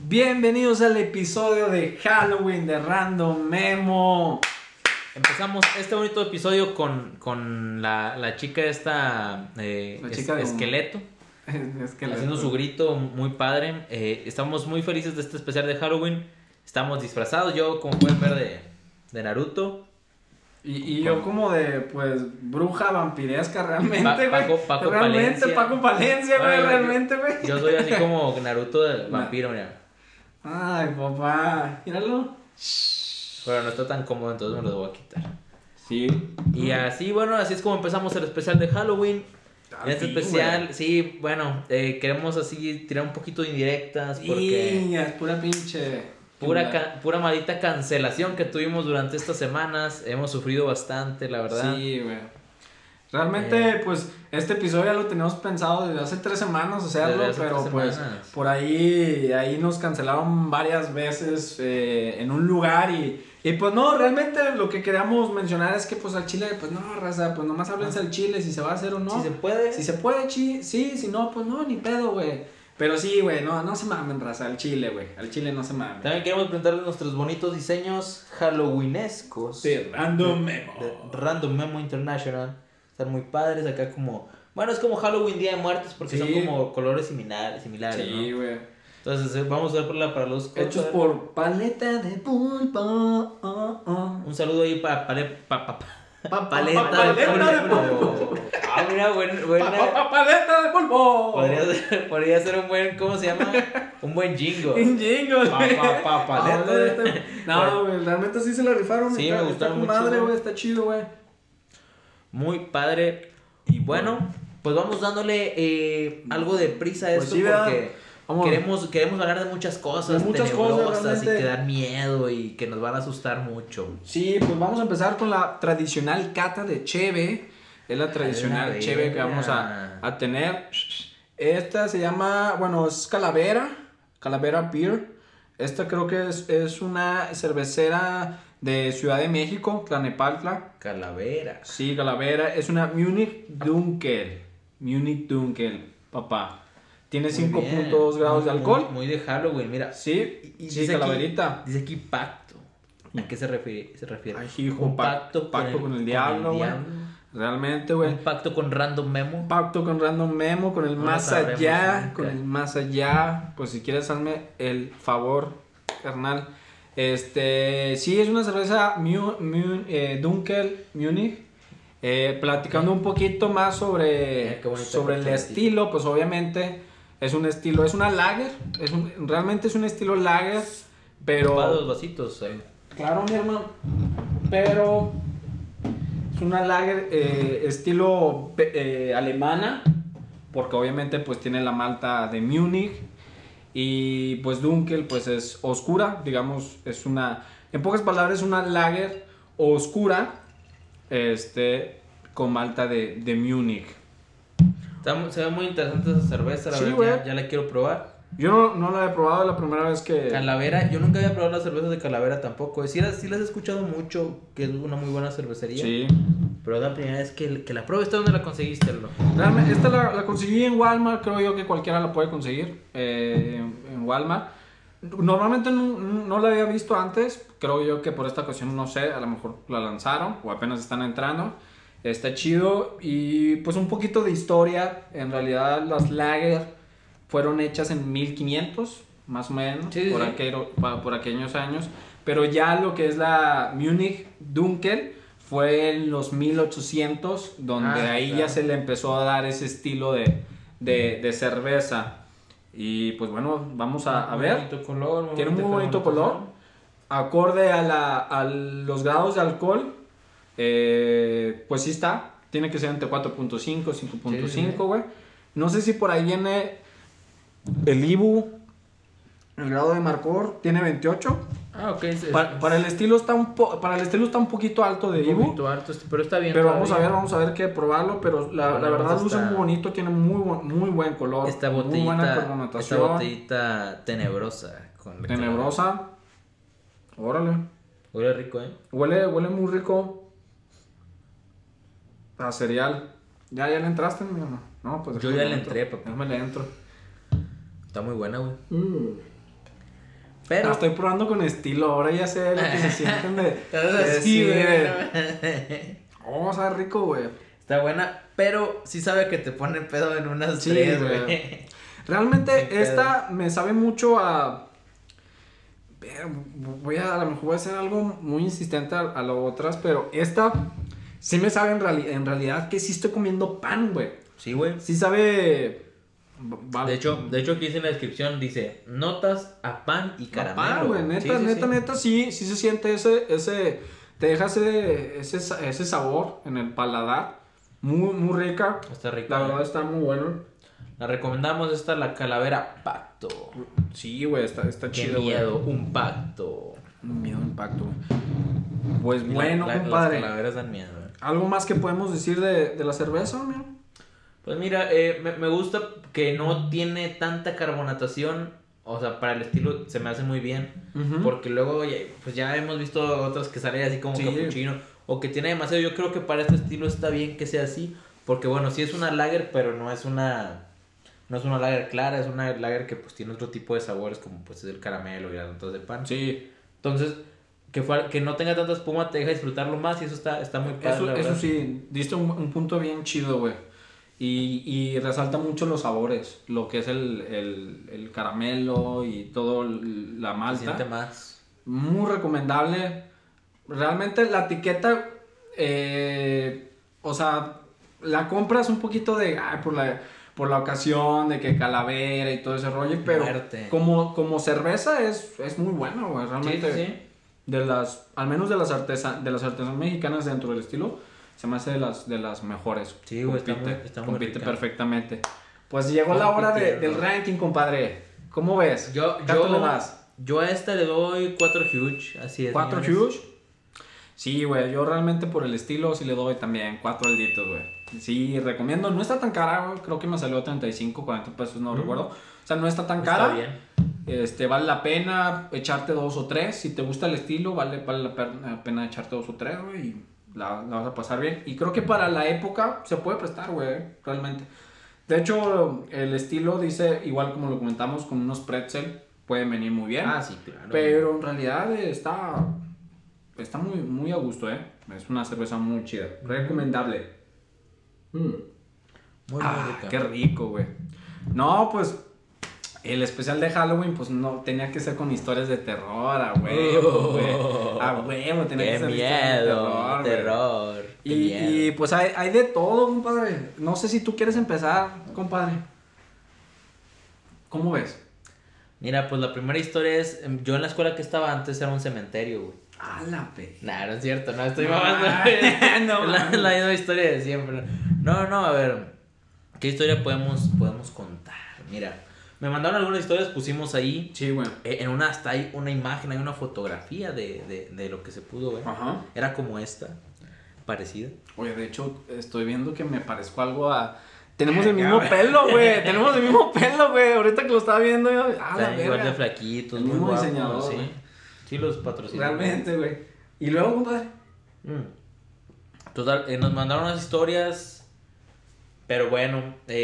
Bienvenidos al episodio de Halloween de Random Memo. Empezamos este bonito episodio con la chica esta esqueleto. Haciendo su grito muy padre. Estamos muy felices de este especial de Halloween. Estamos disfrazados, yo como pueden ver de Naruto. Y yo como de, pues, bruja vampiresca realmente, güey. Paco realmente, Palencia. Paco Palencia, güey, realmente, güey. Yo soy así como Naruto del vampiro, mira. Ay, papá, míralo. Pero no está tan cómodo, entonces me lo voy a quitar. Sí. Y así, bueno, así es como empezamos el especial de Halloween. En este especial, güey. sí, bueno, queremos así tirar un poquito de indirectas porque... Y es pura pinche... Pura maldita cancelación que tuvimos durante estas semanas. Hemos sufrido bastante, la verdad. Sí, güey. Realmente, pues, este episodio ya lo teníamos pensado desde hace 3 semanas hacerlo, pero pues por ahí nos cancelaron varias veces en un lugar y pues no, realmente lo que queríamos mencionar es que pues al chile, pues no, raza, pues nomás háblense al chile si se va a hacer o no. Si se puede. Si se puede, sí, si no, pues no, ni pedo, güey. Pero sí, güey, no se mamen, raza, al chile, güey. Al chile no se mamen. También queremos presentarles nuestros bonitos diseños halloweenescos. Sí, Random Memo. De Random Memo International. Están muy padres acá como... Bueno, es como Halloween Día de Muertos porque son como colores similares, sí, ¿no? Güey. Entonces vamos a ver para los... Hechos por Paleta de Pulpo. Un saludo ahí para Paleta de Pulpo. Ah, mira, buena. Paleta de Pulpo. Podría ser un buen, ¿cómo se llama? Un buen jingo. Un jingo, güey. Paleta de... No, güey, realmente sí se la rifaron. Sí, me gustaron mucho. Madre, güey, está chido, güey. Muy padre. Y bueno, pues vamos dándole algo de prisa a esto, pues sí, porque queremos hablar de muchas cosas, tenebrosas y que dan miedo y que nos van a asustar mucho. Sí, pues vamos a empezar con la tradicional cata de cheve. Es la tradicional cheve que vamos a tener. Esta se llama, bueno, es Calavera Beer. Esta creo que es una cervecera de Ciudad de México, Tlalnepantla. Calavera. Sí, Calavera. Es una Munich Dunkel, papá. Tiene 5.2 grados de alcohol. Muy de Halloween, mira. Sí, y dice Calaverita. Dice aquí pacto. ¿A qué se refiere? Ay, hijo, un pacto con el diablo, güey. Realmente, güey. Un pacto con Random Memo. Un pacto con Random Memo, con el más allá. Nunca. Con el más allá. Pues si quieres, hazme el favor, carnal. Sí, es una cerveza Dunkel Munich. Platicando un poquito más sobre el estilo, pues obviamente es un estilo, es una lager, realmente es un estilo lager, pero... Dos vasitos ahí. Claro, mi hermano, pero es una lager estilo alemana, porque obviamente pues tiene la malta de Múnich. Y pues Dunkel pues es oscura, digamos, en pocas palabras, una lager oscura, con malta de Múnich. Se ve muy interesante esa cerveza, la verdad, ya la quiero probar. Yo no la he probado, la primera vez que... Calavera, yo nunca había probado las cervezas de Calavera tampoco. Sí las he escuchado mucho, que es una muy buena cervecería. Sí. Pero la primera vez que la probé. ¿Esta dónde la conseguiste, Lolo? Realmente, esta la conseguí en Walmart, creo yo que cualquiera la puede conseguir en Walmart. Normalmente no la había visto antes, creo yo que por esta ocasión, no sé, a lo mejor la lanzaron o apenas están entrando. Está chido y pues un poquito de historia. En realidad las lager fueron hechas en 1500, más o menos, por aquellos años. Pero ya lo que es la Munich Dunkel fue en los 1800, donde ahí ya se le empezó a dar ese estilo de cerveza. Y pues bueno, vamos a ver. Tiene un muy bonito color. Acorde a los grados de alcohol, pues sí está. Tiene que ser entre 4.5 y 5.5, güey. No sé si por ahí viene el IBU. El grado de marcor tiene 28. Ah, ok. Para el estilo está un poquito alto de IBU. Un poquito alto, pero está bien. Pero vamos a ver que probarlo. Pero la verdad luce muy bonito, tiene muy buen color. Esta botellita, muy buena carbonatación. Esta botellita tenebrosa. Tenebrosa. Órale. Huele rico, Huele muy rico. A cereal. ¿Ya le entraste, mi hermano? No, pues yo ya le entré, papá. Déjame le entro. Está muy buena, güey. Pero... estoy probando con estilo, ahora ya sé lo que se sienten de... Sí, güey. Oh, sabe rico, güey. Está buena, pero sí sabe que te pone pedo en unas 3, güey. Realmente esta me sabe mucho a... a lo mejor voy a hacer algo muy insistente a lo otras, pero esta sí me sabe en realidad que sí estoy comiendo pan, güey. Sí, güey. Sí sabe... Vale. De hecho aquí dice en la descripción, dice, notas a pan y caramelo. A pan, güey, neta, sí se siente ese... Te deja ese sabor en el paladar. Muy rica. Está rica. La verdad está muy bueno. La recomendamos, la calavera pacto. Sí, güey, está chido, güey. Miedo, un pacto. Un miedo, un pacto, güey. Pues bueno, compadre. Las calaveras dan miedo, güey. ¿Algo más que podemos decir de la cerveza, amigo? Pues mira, me gusta que no tiene tanta carbonatación. O sea, para el estilo se me hace muy bien. Porque luego, pues ya hemos visto otras que salen así como capuchino. O que tiene demasiado. Yo creo que para este estilo está bien que sea así. Porque bueno, sí es una lager, pero no es una lager clara. Es una lager que pues tiene otro tipo de sabores, como pues es el caramelo y las notas de pan. Sí. Entonces, que no tenga tanta espuma te deja disfrutarlo más. Y eso está muy padre. Eso sí, diste un punto bien chido, güey. Y resalta mucho los sabores, lo que es el caramelo y todo la malta. Se siente más. Muy recomendable. Realmente la etiqueta, o sea, la compras un poquito de, por la ocasión, de que calavera y todo ese rollo, pero como cerveza es muy bueno, güey, realmente. Sí. Al menos de las artesanas mexicanas dentro del estilo, se me hace de las mejores. Sí, güey, compite perfectamente. Pues llegó la hora del ranking, compadre. ¿Cómo ves? ¿Cuánto le das? Yo a esta le doy 4 huge, así es. ¿4 huge? Sí, güey, yo realmente por el estilo sí le doy también 4 alditos, güey. Sí, recomiendo, no está tan cara, güey, creo que me salió 35, 40 pesos, no recuerdo. O sea, no está tan cara. Está bien. Vale la pena echarte 2 o 3, si te gusta el estilo, vale la pena echarte 2 o 3, güey, y la vas a pasar bien. Y creo que para la época se puede prestar, güey, realmente. De hecho, el estilo dice, igual como lo comentamos, con unos pretzel pueden venir muy bien. Ah, sí, claro. Pero en realidad está muy, muy a gusto, ¿eh? Es una cerveza muy chida. Recomendable. Muy rica. Qué rico, güey. No, pues el especial de Halloween, pues no, tenía que ser con historias de terror, a huevo, güey. A huevo, tenía que ser historias de terror. Y pues hay de todo, compadre. No sé si tú quieres empezar, compadre. ¿Cómo ves? Mira, pues la primera historia es, yo en la escuela que estaba antes era un cementerio, güey. ¡A la pe! Nah, no es cierto, no estoy mamando. La misma historia de siempre. No, a ver, ¿qué historia podemos contar? Mira, me mandaron algunas historias, pusimos ahí. Sí, güey. Hasta hay una imagen, hay una fotografía de lo que se pudo ver. Ajá. Era como esta, parecida. Oye, de hecho, estoy viendo que me parezco algo a... Tenemos el mismo pelo, güey. Ahorita que lo estaba viendo yo. Igual de flaquitos, muy guapos, diseñador, sí. Sí, los patrocinamos. Realmente, güey. Y luego, compadre. Total, nos mandaron unas historias. Pero bueno,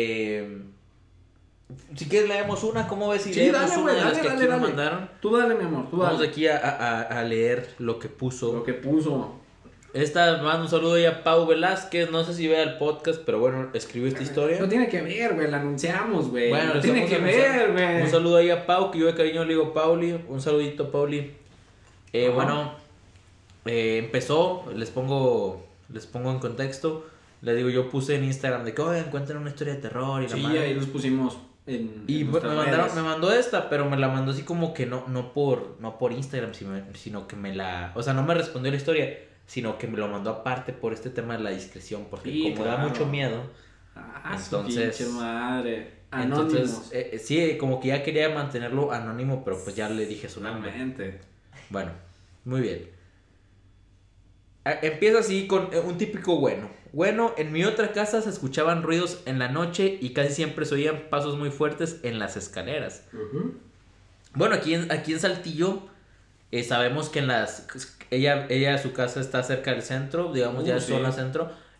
si quieres leemos una, ¿cómo ves? Si leemos dale, una de las que dale. nos mandaron. Tú dale, mi amor, Vamos aquí a leer lo que puso. Mando un saludo ahí a Pau Velázquez. No sé si vea el podcast, pero bueno, escribió esta historia. No tiene que ver, güey, la anunciamos, güey. Bueno, no tiene que ver, güey. Un saludo ahí a Pau, que yo de cariño le digo Pauli. Un saludito, Pauli. Bueno, empezó, les pongo en contexto. Les digo, yo puse en Instagram de que, oye, encuentren una historia de terror y la madre. Sí, ahí los pusimos y me mandó esta, pero me la mandó así como que no por Instagram, sino que o sea, no me respondió la historia, sino que me lo mandó aparte por este tema de la discreción, porque sí, como da mucho miedo. Entonces, su madre. Anónimos. Entonces, sí, como que ya quería mantenerlo anónimo, pero pues ya le dije su nombre. Bueno, muy bien. Empieza así con un típico bueno. Bueno, en mi otra casa se escuchaban ruidos en la noche y casi siempre se oían pasos muy fuertes en las escaleras. Bueno, aquí en Saltillo sabemos que ella su casa está cerca del centro, digamos ya es zona centro.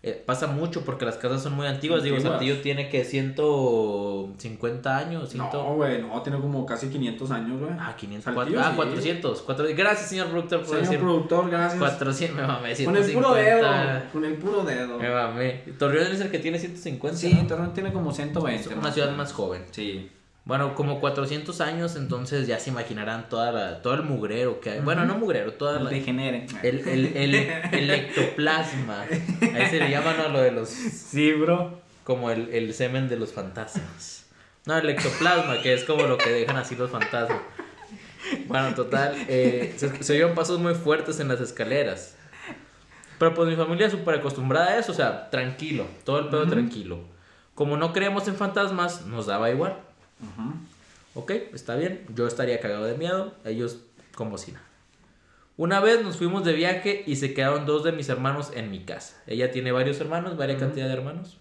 Pasa mucho porque las casas son muy antiguas. Digo, Saltillo tiene que 150 años. No, güey, no, tiene como casi 500 años, güey. 500. 400. Gracias, señor productor, por decir. Señor productor, gracias. 400, me mamé. 150. Con el puro dedo. Me mamé. Torreón es el que tiene 150. Sí, ¿no? Torreón tiene como 120. Es una ciudad más joven. Sí. Bueno, como 400 años, entonces ya se imaginarán todo el mugrero que hay. Bueno, no mugrero, toda la... Degenere. El ectoplasma. Ahí se le llama, ¿no? Lo de los... Sí, bro. Como el semen de los fantasmas. No, el ectoplasma, que es como lo que dejan así los fantasmas. Bueno, total, se oían pasos muy fuertes en las escaleras. Pero pues mi familia es súper acostumbrada a eso, o sea, tranquilo, todo el pedo tranquilo. Como no creemos en fantasmas, nos daba igual. Ok, está bien, yo estaría cagado de miedo, ellos como si nada. Una vez nos fuimos de viaje y se quedaron 2 de mis hermanos en mi casa. Ella tiene varios hermanos, varias cantidad de hermanos.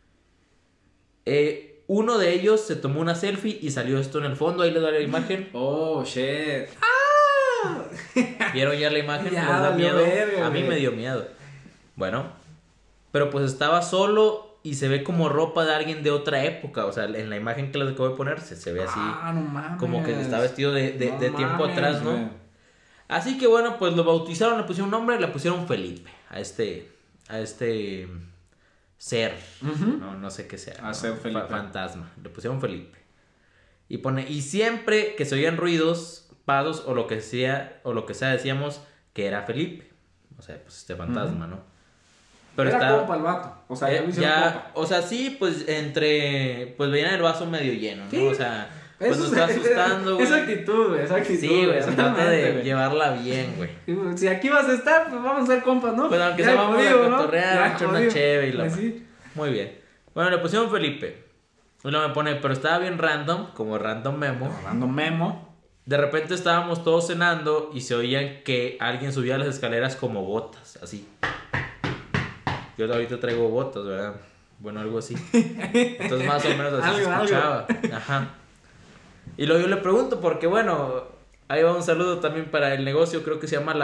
Uno de ellos se tomó una selfie y salió esto en el fondo, ahí les doy la imagen. Oh, shit. ¿Vieron ya la imagen? Ya, ¿Les da miedo? verga, a mí me dio miedo. Bueno, pero pues estaba solo y se ve como ropa de alguien de otra época. O sea, en la imagen que les acabo de poner se ve así. No mames. Como que está vestido de tiempo atrás, ¿no? Wey. Así que bueno, pues lo bautizaron, le pusieron un nombre, le pusieron Felipe a este ser. No sé qué sea. A ser Felipe. Fantasma. Le pusieron Felipe. Y siempre que se oían ruidos, pasos o lo que sea, decíamos que era Felipe. O sea, pues este fantasma, ¿no? Pero era compa el vato. O sea, ya, o sea, sí, pues pues veían el vaso medio lleno, ¿no? ¿Sí? O sea, pues nos está asustando, güey. Esa actitud, güey, esa actitud. Sí, güey, se trata de llevarla bien, güey. Si aquí vas a estar, pues vamos a ser compas, ¿no? Pues aunque se vamos a cotorrear, echar una cheve y la... Sí. Muy bien. Bueno, le pusieron Felipe. Uno me pone, pero estaba bien random, como Random Memo. De repente estábamos todos cenando y se oían que alguien subía las escaleras como botas, así. Yo ahorita traigo botas, ¿verdad? Bueno, algo así. Entonces más o menos así se escuchaba. Ajá. Y luego yo le pregunto, porque bueno, ahí va un saludo también para el negocio, creo que se llama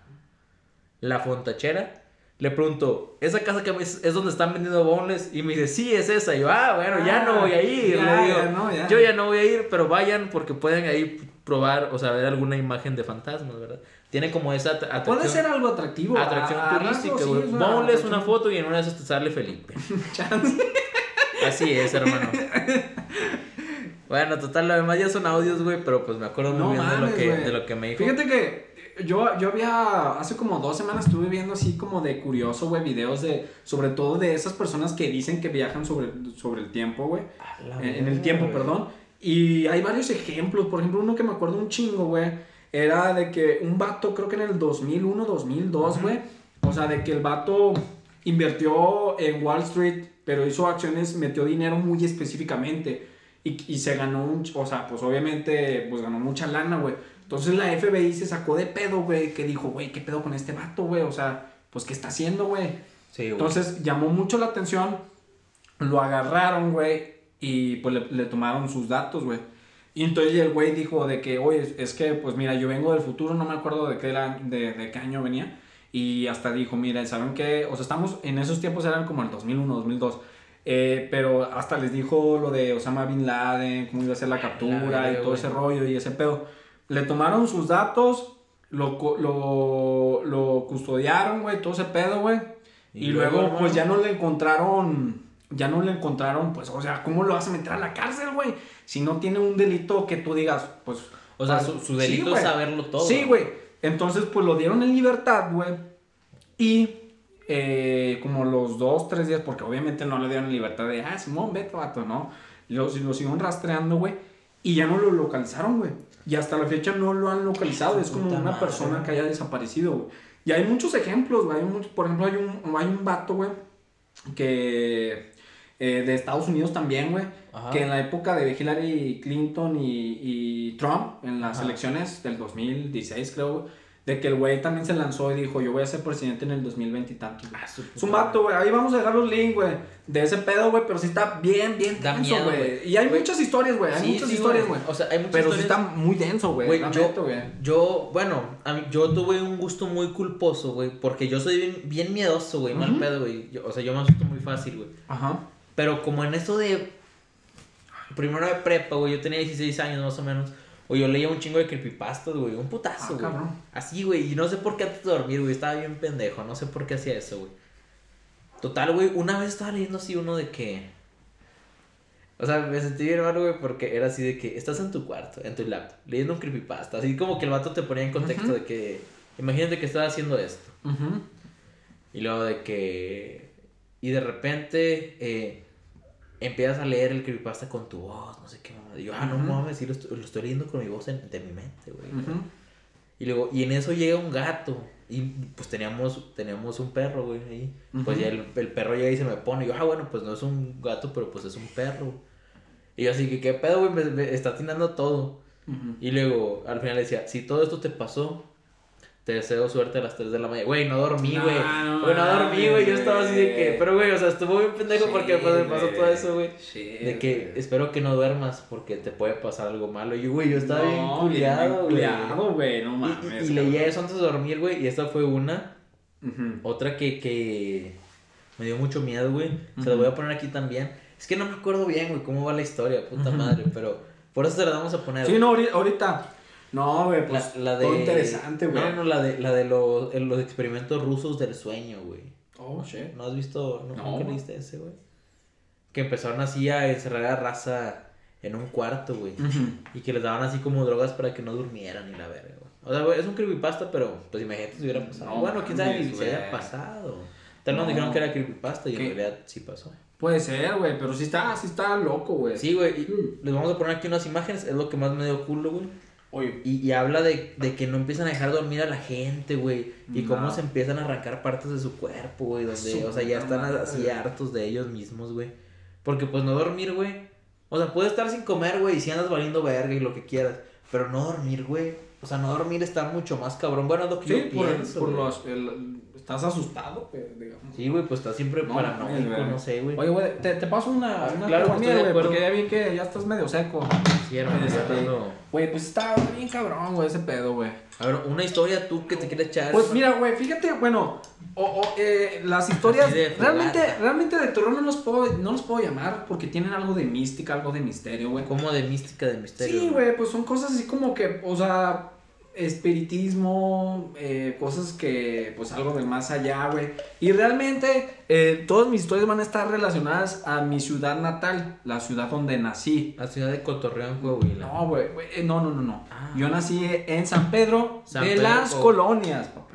La Fontachera. Le pregunto, ¿esa casa que es donde están vendiendo boneless? Y me dice, sí, es esa. Y yo, bueno, ya no voy a ir. Le digo, yo ya no voy a ir, pero vayan porque pueden ahí probar, o sea, ver alguna imagen de fantasmas, ¿verdad? Tiene como esa atracción. Puede ser algo atractivo. Atracción turística, güey. Sí, boneless una foto y en una de esas te sale Felipe. Así es, hermano. Bueno, total, lo demás ya son audios, güey, pero pues me acuerdo muy bien de lo que me dijo. Fíjate que yo había, hace como 2 semanas estuve viendo así como de curioso, güey, videos sobre todo de esas personas que dicen que viajan sobre el tiempo, güey. En el tiempo, perdón. Y hay varios ejemplos, por ejemplo, uno que me acuerdo un chingo, güey, era de que un vato, creo que en el 2001, 2002, güey, o sea, de que el vato invirtió en Wall Street, pero hizo acciones, metió dinero muy específicamente y se ganó, o sea, pues obviamente, pues ganó mucha lana, güey. Entonces la FBI se sacó de pedo, güey, que dijo, güey, ¿qué pedo con este vato, güey? O sea, pues, ¿qué está haciendo, güey? Sí, güey. Entonces llamó mucho la atención, lo agarraron, güey, y pues le tomaron sus datos, güey. Y entonces el güey dijo de que, oye, es que, pues mira, yo vengo del futuro, no me acuerdo de qué año venía. Y hasta dijo, mira, ¿saben qué? O sea, estamos, en esos tiempos eran como el 2001, 2002. Pero hasta les dijo lo de Osama Bin Laden, cómo iba a ser la captura y todo ese rollo y ese pedo. Le tomaron sus datos, lo custodiaron, güey, todo ese pedo, güey. Y luego, pues ya no le encontraron, pues, o sea, ¿cómo lo vas a meter a la cárcel, güey? Si no tiene un delito que tú digas, pues... O sea, su delito es saberlo todo. Sí, güey. Entonces, pues lo dieron en libertad, güey. Y como los 2-3 días, porque obviamente no le dieron libertad de, Simón, vete, vato, ¿no? Lo siguieron rastreando, güey. Y ya no lo localizaron, güey. Y hasta la fecha no lo han localizado. Es como una persona que haya desaparecido, güey. Y hay muchos ejemplos, güey. Por ejemplo, hay un vato, güey, que... de Estados Unidos también, güey. Que en la época de Hillary Clinton y Trump, en las elecciones del 2016, creo, de que el güey también se lanzó y dijo, yo voy a ser presidente en el 2020 y tanto. Es un vato, güey. Ahí vamos a dejar los links, güey, de ese pedo, güey, pero sí está bien denso, güey. Y hay muchas historias, güey. Hay muchas historias, güey. O sea, hay muchas pero historias. Sí está muy denso, güey. Yo tuve un gusto muy culposo, güey, porque yo soy bien miedoso, güey, mal pedo, güey. O sea, yo me asusto muy fácil, güey. Ajá. Pero como en eso de primero de prepa, güey, yo tenía 16 años más o menos. O yo leía un chingo de creepypastas, güey. Un putazo, güey. Cabrón. Así, güey. Y no sé por qué antes de dormir, güey. Estaba bien pendejo. No sé por qué hacía eso, güey. Total, güey. Una vez estaba leyendo así uno de que... O sea, me sentí bien mal, güey, porque era así de que... Estás en tu cuarto, en tu laptop, leyendo un creepypasta. Así como que el vato te ponía en contexto de que... Imagínate que estás haciendo esto. Y luego de que... Y de repente... empiezas a leer el creepypasta con tu voz, no sé qué mamá. Y yo, no mames, sí lo estoy leyendo con mi voz de mi mente, güey. Y luego, y en eso llega un gato. Y pues teníamos un perro, güey, ahí. Pues ya el perro llega y se me pone. Y yo, bueno, pues no es un gato, pero pues es un perro. Y yo así que, ¿qué pedo, güey? Me está atinando todo. Y luego, al final le decía, si todo esto te pasó, te deseo suerte a las 3 de la mañana. Güey, no dormí, güey. No dormí, güey. Yo estaba así de que... Pero, güey, o sea, estuvo bien pendejo porque pues me pasó todo eso, güey. De que espero que no duermas porque te puede pasar algo malo. Y, güey, yo estaba bien culiado, güey. No mames. Y leía eso antes de dormir, güey. Y esta fue una. Otra que me dio mucho miedo, güey. Se la voy a poner aquí también. Es que no me acuerdo bien, güey, cómo va la historia, puta madre. Pero por eso se la vamos a poner. Sí, no, ahorita... No, güey, pues la de... todo interesante, güey. Bueno, la de los experimentos rusos del sueño, güey. Oh, shit. ¿No has visto? ¿No leíste ese, güey? Que empezaron así a encerrar a raza en un cuarto, güey. Y que les daban así como drogas para que no durmieran y la verga, güey. O sea, güey, es un creepypasta, pero pues imagínate si hubiera pasado. No, bueno, quién sabe si se haya pasado. Tal nos dijeron que era creepypasta y en realidad sí pasó. Puede ser, güey, pero sí está loco, güey. Sí, güey, y les vamos a poner aquí unas imágenes, es lo que más me dio culo, güey. Y habla de que no empiezan a dejar dormir a la gente, güey. Y cómo se empiezan a arrancar partes de su cuerpo, güey. Donde, o sea, ya están así hartos de ellos mismos, güey. Porque pues no dormir, güey. O sea, puedes estar sin comer, güey, y si andas valiendo verga y lo que quieras. Pero no dormir, güey. O sea, no dormir está mucho más cabrón. Bueno, es lo que yo pienso. Estás asustado, güey, digamos. Sí, güey, pues estás siempre paranoico, no sé, güey. Oye, güey, te paso una claro, güey, porque ya vi que ya estás medio seco. Sí, hermano, güey, pues está bien cabrón, güey, ese pedo, güey. A ver, una historia tú que te quieres echar. Pues mira, güey, fíjate, bueno, las historias realmente de terror no los puedo llamar porque tienen algo de mística, algo de misterio, güey. ¿Cómo de mística, de misterio? Sí, güey, pues son cosas así como que, o sea, espiritismo, cosas que, pues algo de más allá, güey. Y realmente todas mis historias van a estar relacionadas a mi ciudad natal, la ciudad donde nací. La ciudad de Cotorreón, Coahuila. No, güey, no. Yo nací en San Pedro de las Colonias, papá.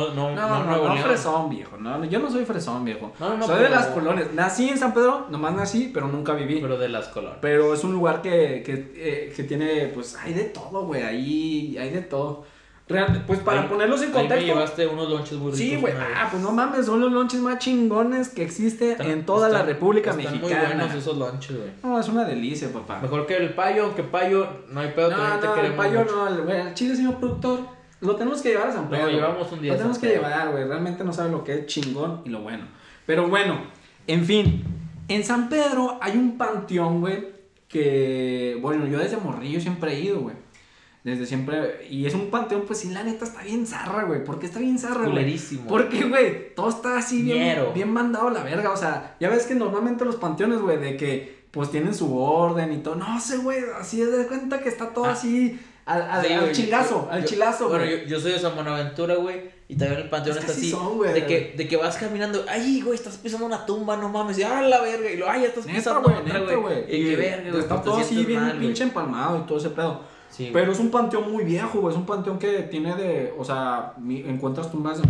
No, fresón, viejo. No, yo no soy fresón, viejo. Soy de las colonias. Nací en San Pedro, nomás nací, pero nunca viví. Pero de las colonias. Pero es un lugar que tiene, pues, hay de todo, güey. Ahí hay de todo. Pues para ponerlos en contexto. Ahí me llevaste unos lonches muy ricos. Sí, güey. Pues no mames, son los lonches más chingones que existen en toda la República Mexicana. Están muy buenos esos lonches, güey. No, es una delicia, papá. Mejor que el payo, aunque payo no hay pedo. No, el payo no, güey. El chile, señor productor, lo tenemos que llevar a San Pedro. Lo llevamos un día. Lo tenemos que llevar, güey. Realmente no sabe lo que es chingón y lo bueno. Pero bueno, en fin. En San Pedro hay un panteón, güey, que, bueno, yo desde morrillo siempre he ido, güey. Desde siempre. Y es un panteón, pues sí, la neta está bien zarra, güey. ¿Por qué está bien zarra, güey? Culerísimo. Porque, güey, todo está así bien mandado a la verga. O sea, ya ves que normalmente los panteones, güey, de que pues tienen su orden y todo. No sé, güey, así de cuenta que está todo así al chingazo, al chilazo, güey. Bueno, yo soy de San Buenaventura, güey. Y también el panteón está así. De que vas caminando. Ay, güey, estás pisando una tumba, no mames. Y la verga. Y ya estás pisando otra, güey. Y qué verga, güey. Está todo así bien pinche empalmado y todo ese pedo. Sí, pero es un panteón muy viejo, güey. Es un panteón que tiene o sea, encuentras tumbas de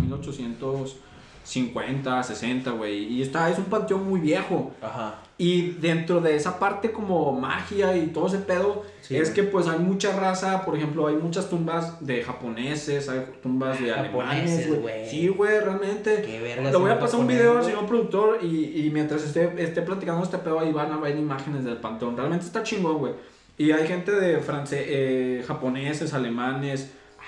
1850, 60, güey. Y es un panteón muy viejo. Ajá. Y dentro de esa parte como magia y todo ese pedo, es que pues hay mucha raza. Por ejemplo, hay muchas tumbas de japoneses, hay tumbas de alemanes, güey. Sí, güey, realmente. Qué verga. Le voy a pasar un video al señor productor y mientras esté platicando este pedo ahí van a ver imágenes del panteón. Realmente está chingón, güey. Y hay gente de japoneses, alemanes,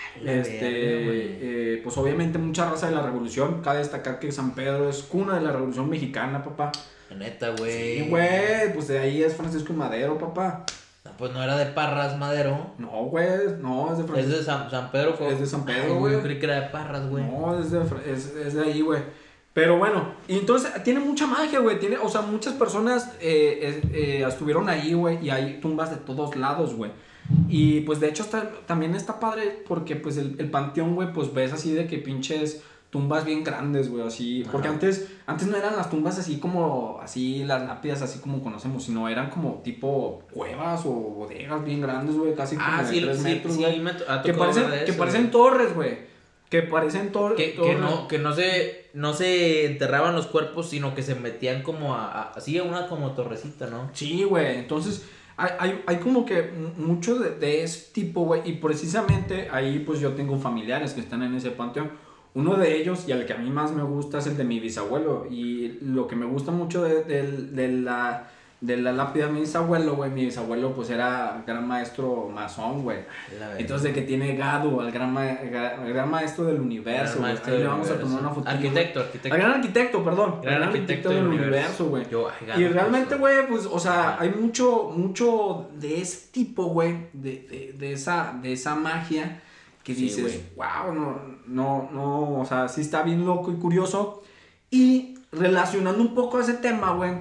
Pues obviamente mucha raza de la revolución. Cabe destacar que San Pedro es cuna de la revolución mexicana, papá. Neta, güey. Sí, güey, pues de ahí es Francisco y Madero, papá. No, pues no era de Parras Madero. No, güey, no, es de Francisco. Es de San Pedro, Es de San Pedro, güey. Yo creí que era de Parras, güey. No, es de ahí, güey. Pero bueno, y entonces tiene mucha magia, güey. O sea, muchas personas estuvieron ahí, güey, y hay tumbas de todos lados, güey. Y pues de hecho también está padre porque pues el panteón, güey, pues ves así de que pinches tumbas bien grandes, güey, así. Porque antes no eran las tumbas así como, así las lápidas así como conocemos, sino eran como tipo cuevas o bodegas bien grandes, güey, casi como de 3 metros, güey. Que parecen torres, güey. Que parecen torres. Que no se enterraban los cuerpos, sino que se metían como así a una como torrecita, ¿no? Sí, güey, entonces hay como que mucho de ese tipo, güey, y precisamente ahí pues yo tengo familiares que están en ese panteón. Uno de ellos, y al que a mí más me gusta, es el de mi bisabuelo. Y lo que me gusta mucho de la lápida de mi bisabuelo, güey, mi bisabuelo pues era gran maestro masón, güey. Entonces de que tiene Gadu, el gran maestro del universo, güey. Ahí le vamos a tomar una foto. Arquitecto. Al gran arquitecto, perdón. Gran arquitecto del universo, güey. Y realmente, güey, pues, o sea, hay mucho de ese tipo, güey, de esa magia que dices, wow, no, o sea, sí está bien loco y curioso. Y relacionando un poco ese tema, güey,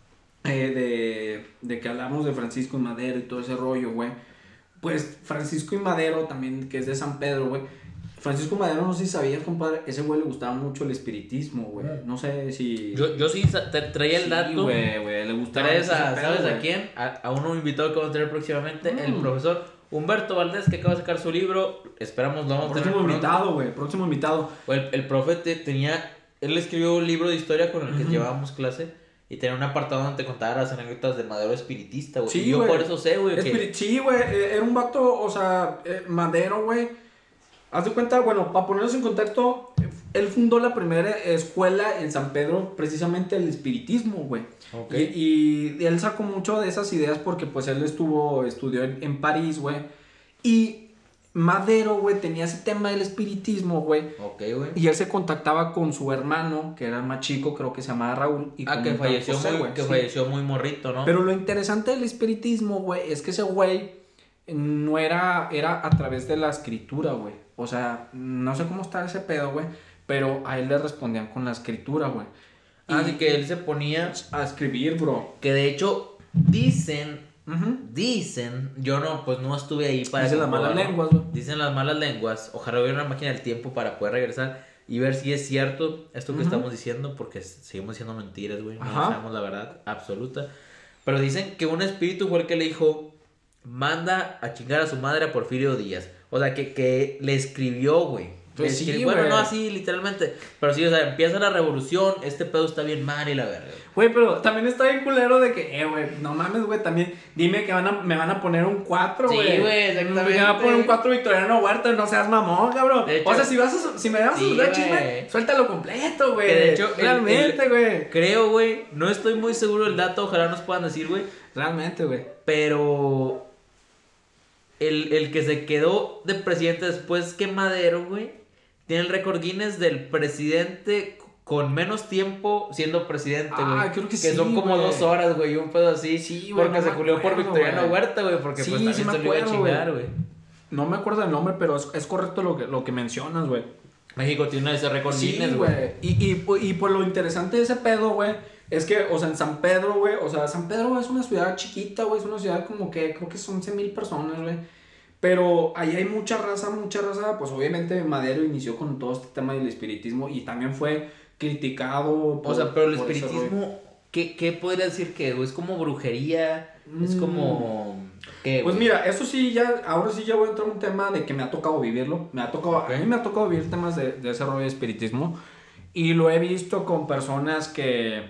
de que hablamos de Francisco y Madero y todo ese rollo, güey, pues Francisco y Madero también, que es de San Pedro, güey. Francisco y Madero, no sé si sabías, compadre, ese güey le gustaba mucho el espiritismo, güey. No sé si... Yo sí traía el dato. Sí, güey, le gustaba. ¿Sabes a quién? A uno invitado que vamos a tener próximamente, el profesor Humberto Valdés, que acaba de sacar su libro. Esperamos lo vamos a tener. Próximo invitado. El profe él escribió un libro de historia con el que llevábamos clase. Y tenía un apartado donde te contaba las anécdotas de Madero espiritista, güey. Sí, y yo por eso sé, güey. Sí, güey, era un vato, o sea, Madero, güey. Haz de cuenta, bueno, para ponernos en contexto, él fundó la primera escuela en San Pedro, precisamente el espiritismo, güey. Okay. Y él sacó mucho de esas ideas porque pues él estudió en París, güey. Y Madero, güey, tenía ese tema del espiritismo, güey. Ok, güey. Y él se contactaba con su hermano, que era el más chico, creo que se llamaba Raúl. Y que falleció muy morrito, ¿no? Pero lo interesante del espiritismo, güey, es que ese güey no era a través de la escritura, güey. O sea, no sé cómo está ese pedo, güey, pero a él le respondían con la escritura, güey. Así que él se ponía a escribir, bro. Que de hecho dicen, yo no estuve ahí para... Dicen las malas lenguas, güey. Dicen las malas lenguas. Ojalá hubiera una máquina del tiempo para poder regresar y ver si es cierto esto que estamos diciendo, porque seguimos diciendo mentiras, güey. No sabemos la verdad absoluta. Pero dicen que un espíritu fue el que le dijo, manda a chingar a su madre a Porfirio Díaz. O sea, que le escribió, güey. Pues sí, bueno, no así literalmente, pero sí, o sea, empieza la revolución, este pedo está bien mal y la verga. Güey, pero también está bien culero de que, güey, no mames, güey, también dime que me van a poner un 4, güey. Sí, güey, exactamente. Me van a poner un 4 Victoriano Huerta, no seas mamón, cabrón. Hecho, o sea, si me das un chisme, suéltalo completo, güey. De hecho, realmente, güey. Creo, güey, no estoy muy seguro del dato, ojalá nos puedan decir, güey. Realmente, güey. Pero el que se quedó de presidente después que Madero, güey, tiene el récord Guinness del presidente con menos tiempo siendo presidente, güey. Creo que que sí, son como güey. 2 horas, güey, un pedo así. Sí, güey. Porque se julió por Victoriano Huerta, güey, porque sí, pues también se lo iba a chingar, güey. No me acuerdo del nombre, pero es correcto lo que mencionas, güey. México tiene ese récord Guinness, güey. Y pues lo interesante de ese pedo, güey, es que, o sea, en San Pedro, güey, o sea, San Pedro, güey, es una ciudad chiquita, güey, es una ciudad como que creo que son 11,000 personas, güey. Pero ahí hay mucha raza, pues obviamente Madero inició con todo este tema del espiritismo y también fue criticado. O sea, pero el espiritismo, ¿qué podría decir que es como brujería? Es como... ¿qué, pues mira, eso sí, ahora sí ya voy a entrar a un tema de que me ha tocado vivirlo. A mí me ha tocado vivir temas de ese rollo de espiritismo y lo he visto con personas que,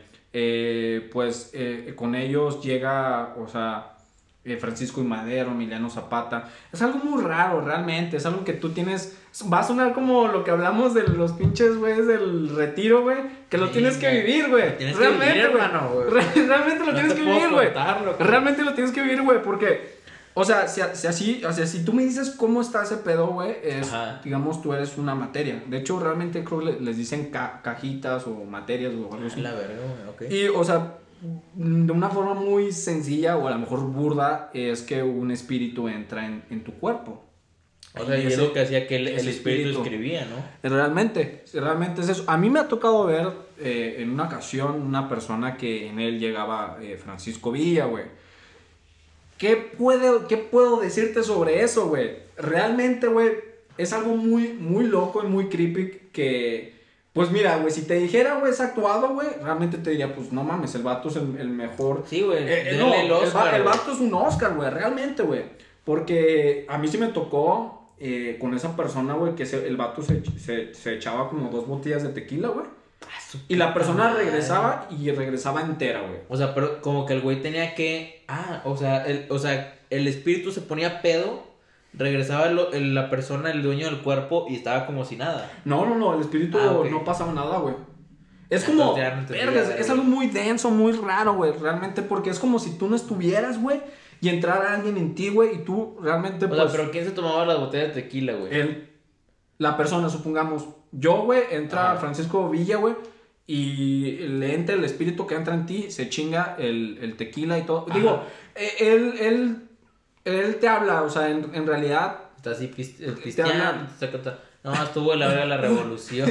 con ellos llega, o sea... Francisco y Madero, Emiliano Zapata. Es algo muy raro, realmente. Es algo que tú tienes... Va a sonar como lo que hablamos de los pinches güeyes del retiro, güey. Que lo tienes que vivir, güey. Realmente, hermano, güey. Realmente lo tienes que vivir, güey. Realmente lo tienes que vivir, güey. Porque O sea, si tú me dices cómo está ese pedo, güey, digamos, tú eres una materia. De hecho, realmente creo que les dicen cajitas o materias o algo así. La verga, güey, ok. Y, o sea, de una forma muy sencilla o a lo mejor burda, es que un espíritu entra en tu cuerpo. O sea, y es lo que hacía que el espíritu escribía, ¿no? Realmente es eso. A mí me ha tocado ver en una ocasión una persona que en él llegaba Francisco Villa, güey. ¿Qué puedo decirte sobre eso, güey? Realmente, güey, es algo muy, muy loco y muy creepy que... Pues mira, güey, si te dijera, güey, es actuado, güey, realmente te diría, pues no mames, el vato es el mejor. Sí, güey. No, el vato es un Oscar, güey, realmente, güey. Porque a mí sí me tocó con esa persona, güey, que el vato se echaba como 2 botellas de tequila, güey. Y la persona regresaba entera, güey. O sea, pero como que el güey tenía que... o sea, el espíritu se ponía pedo... Regresaba la persona, el dueño del cuerpo, y estaba como si nada. No, el espíritu okay. no pasaba nada, güey. Es como, es algo muy denso, muy raro, güey, realmente, porque es como si tú no estuvieras, güey, y entrara alguien en ti, güey, y tú realmente, pues... O sea, pero ¿quién se tomaba las botellas de tequila, güey? La persona, supongamos, yo, güey, entra Francisco Villa, güey, y le entra el espíritu que entra en ti, se chinga el tequila y todo. Ajá. Digo, él te habla, o sea, en realidad... Está así pisteando. No, estuvo la verga la revolución.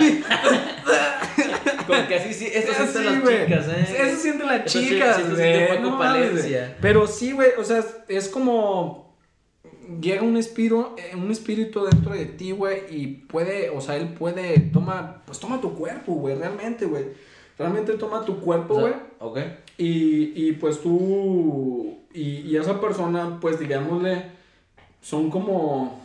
Como que así, sí, eso sienten las chicas, Eso sienten las chicas, güey. Pero sí, güey, o sea, es como... Llega un espíritu dentro de ti, güey, y puede, o sea, él puede... Toma tu cuerpo, güey, realmente, güey. Realmente toma tu cuerpo, güey. Ok. Y pues tú... Y esa persona, pues digámosle, son como...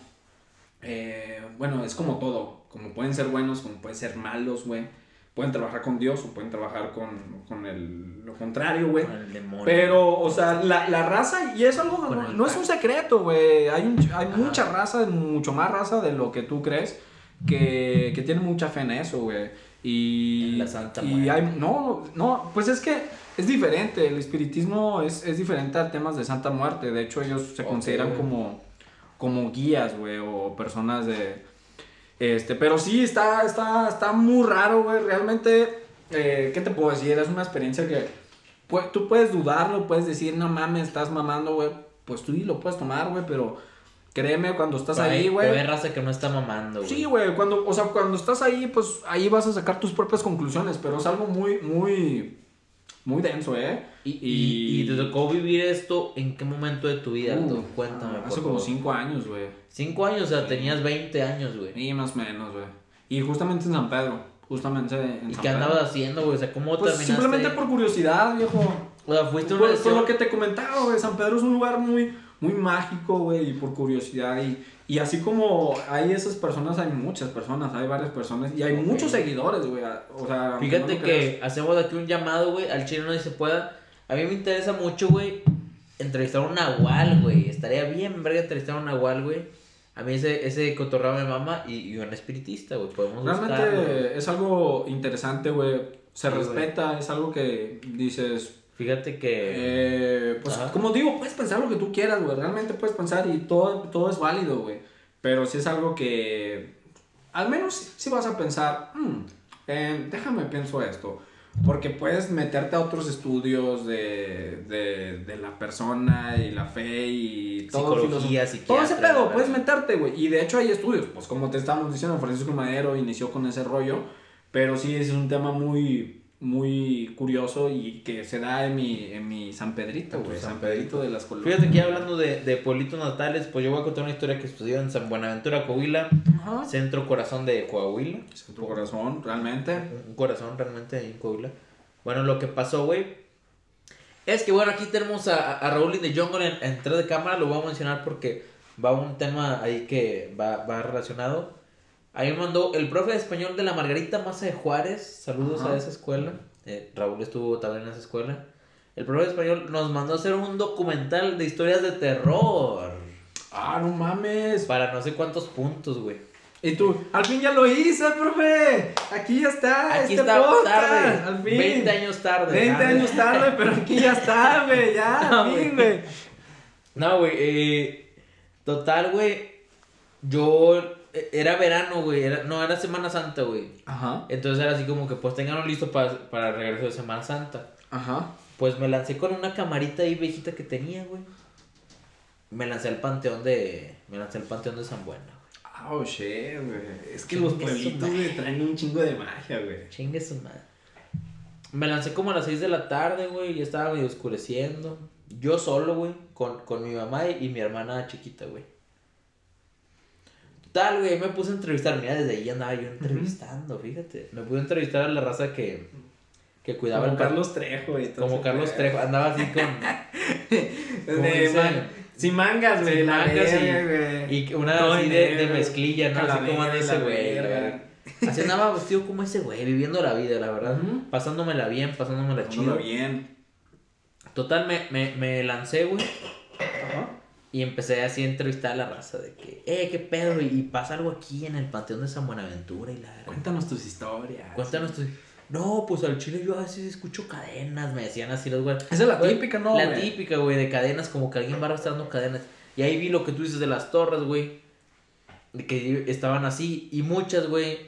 bueno, es como todo. Como pueden ser buenos, como pueden ser malos, güey. Pueden trabajar con Dios o pueden trabajar con lo contrario, güey. Con el demonio. Pero, o sea, la raza, y es algo, no es un secreto, güey. Hay mucha raza, mucho más raza de lo que tú crees, que tiene mucha fe en eso, güey. Y en la Santa Muerte. No, pues es que es diferente. El espiritismo es diferente a temas de Santa Muerte. De hecho, ellos se consideran como guías, güey, o personas de... pero sí, está muy raro, güey. Realmente, ¿qué te puedo decir? Es una experiencia que tú puedes dudarlo, puedes decir, no mames, estás mamando, güey. Pues tú lo puedes tomar, güey, pero créeme, cuando estás ahí, güey. Pero hay raza que no está mamando, güey. Sí, güey, cuando estás ahí, pues ahí vas a sacar tus propias conclusiones, pero es algo muy, muy, muy denso, ¿eh? ¿Y te tocó vivir esto en qué momento de tu vida, Aldo? Cuéntame, hace como 5 años, güey. 5 años, o sea, tenías 20 años, güey. Sí, más o menos, güey. Y justamente en San Pedro. ¿Y qué andabas haciendo, güey? O sea, ¿cómo terminaste? Simplemente por curiosidad, viejo. O sea, fuiste una por lo que te comentaba, güey. San Pedro es un lugar muy, muy mágico, güey, y por curiosidad. Y así como hay esas personas, hay muchas personas, hay varias personas. Y hay muchos seguidores, güey. O sea, fíjate que hacemos aquí un llamado, güey, al chino y se pueda. A mí me interesa mucho, güey, entrevistar a un nahual, güey. Estaría bien verga entrevistar a un nahual, güey. A mí ese cotorreo me mama y un espiritista, güey. Podemos buscar. Realmente es algo interesante, güey. Se respeta, güey. Es algo que dices... Fíjate que... pues como digo, puedes pensar lo que tú quieras, güey. Realmente puedes pensar y todo es válido, güey. Pero si es algo que... Al menos si vas a pensar, déjame pienso esto. Porque puedes meterte a otros estudios de la persona y la fe y todo. Psicología, todo ese pedo, puedes meterte, güey. Y de hecho hay estudios, pues como te estábamos diciendo, Francisco Madero inició con ese rollo. Pero sí es un tema muy, muy curioso y que se da en mi San Pedrito, güey. San Pedrito de las Colonias. Fíjate que hablando de pueblitos natales, pues yo voy a contar una historia que sucedió en San Buenaventura, Coahuila. Centro corazón de Coahuila. Centro corazón, realmente. Un corazón realmente en Coahuila. Bueno, lo que pasó, güey, es que, bueno, aquí tenemos a Raúl in the Jungle en 3 de cámara. Lo voy a mencionar porque va un tema ahí que va relacionado. Ahí me mandó el profe de español de la Margarita Maza de Juárez. Saludos a esa escuela. Raúl estuvo también en esa escuela. El profe de español nos mandó a hacer un documental de historias de terror. Ah, no mames. Para no sé cuántos puntos, güey. Y tú, al fin ya lo hice, profe. Aquí ya está. Aquí está tarde. Al fin. 20 años tarde. 20 años tarde, pero aquí ya está, güey. Ya, al fin, güey. No, güey, total, güey, yo, era verano, güey, era Semana Santa, güey. Ajá. Entonces era así como que, pues, ténganlo listo para el regreso de Semana Santa. Ajá. Pues me lancé con una camarita ahí viejita que tenía, güey. Me lancé al panteón de San Buena, güey. Oh, shit, güey. Es que los pueblitos, güey, traen un chingo de magia, güey. Chingue su madre. Me lancé como a las 6 de la tarde, güey, ya estaba medio oscureciendo. Yo solo, güey, con mi mamá y mi hermana chiquita, güey. Total, güey, me puse a entrevistar. Mira, desde ahí andaba yo entrevistando, fíjate. Me pude entrevistar a la raza que cuidaba como el Carlos Trejo, güey. Como Carlos Trejo, andaba así con... sin mangas, güey. Sin mangas y una así de mezclilla, ¿no? Así como anda ese güey. Así andaba vestido como ese güey, viviendo la vida, la verdad. Pasándomela bien, pasándomela chido. Bien. Total, me lancé, güey. Ajá. Y empecé así a entrevistar a la raza de que, qué pedo, y pasa algo aquí en el Panteón de San Buenaventura y la... Cuéntanos tus historias. No, pues al chile yo a veces escucho cadenas, me decían así los güeyes. Esa es la típica, ¿no? La típica, güey, de cadenas, como que alguien va arrastrando cadenas. Y ahí vi lo que tú dices de las torres, güey. De que estaban así, y muchas, güey,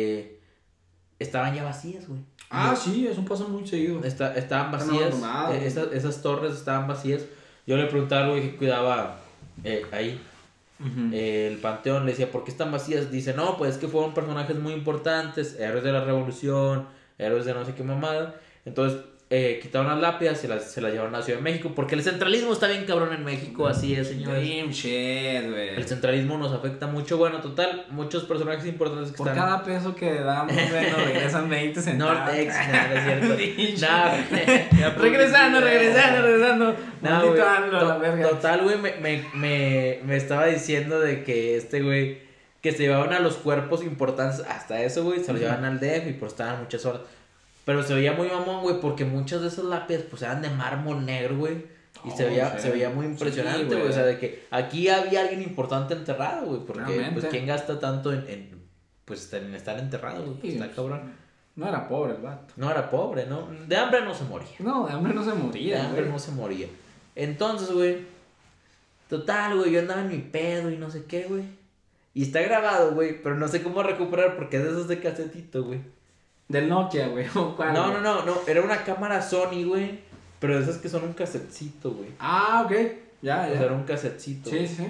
estaban ya vacías, güey. Ah, sí, eso pasa muy seguido. Estaban vacías, esas torres estaban vacías. Yo le preguntaba al güey que cuidaba ahí, el panteón, le decía, ¿por qué están vacías? Dice, no, pues es que fueron personajes muy importantes, héroes de la revolución, héroes de no sé qué mamada. Entonces quitaron las lápidas y se las llevaron a la Ciudad de México, porque el centralismo está bien cabrón en México, así es, señores. El centralismo nos afecta mucho. Bueno, total, muchos personajes importantes que por están... cada peso que damos, bueno, regresan 20 centavos. Nortex, no es cierto. regresando. No, la verga. Total, güey, me estaba diciendo de que este güey, que se llevaban a los cuerpos importantes, hasta eso, güey, se los llevaban al DF y pues estaban muchas horas. Pero se veía muy mamón, güey, porque muchas de esas lápidas pues eran de mármol negro, güey. Y se veía muy impresionante, güey. O sea, de que aquí había alguien importante enterrado, güey. Porque, realmente, pues, ¿quién gasta tanto en estar enterrado, güey? Pues, está cabrón. No era pobre el vato. No era pobre, ¿no? De hambre no se moría. No, de hambre no se moría. De hambre no se moría. Entonces, güey, total, güey, yo andaba en mi pedo y no sé qué, güey. Y está grabado, güey, pero no sé cómo recuperar porque es de esos de casetito, güey. Del Nokia, güey. No. Era una cámara Sony, güey. Pero de esas que son un casetcito, güey. Ah, ok. Ya. O sea, era un casetcito. Sí, sí.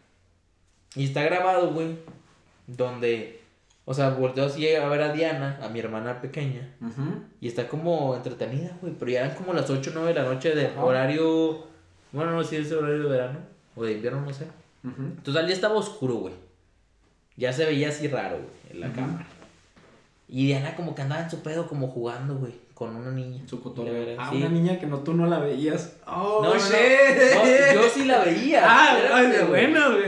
Y está grabado, güey. Donde, o sea, volteo así a ver a Diana, a mi hermana pequeña. Y está como entretenida, güey. Pero ya eran como las 8 o 9 de la noche de horario. Bueno, no sé si es horario de verano o de invierno, no sé. Entonces al día estaba oscuro, güey. Ya se veía así raro, güey, en la cámara. Y Diana como que andaba en su pedo, como jugando, güey, con una niña. Su cotorreo. Sí. Una niña que tú no la veías. Oh, no, yo sí la veía. De buena, güey.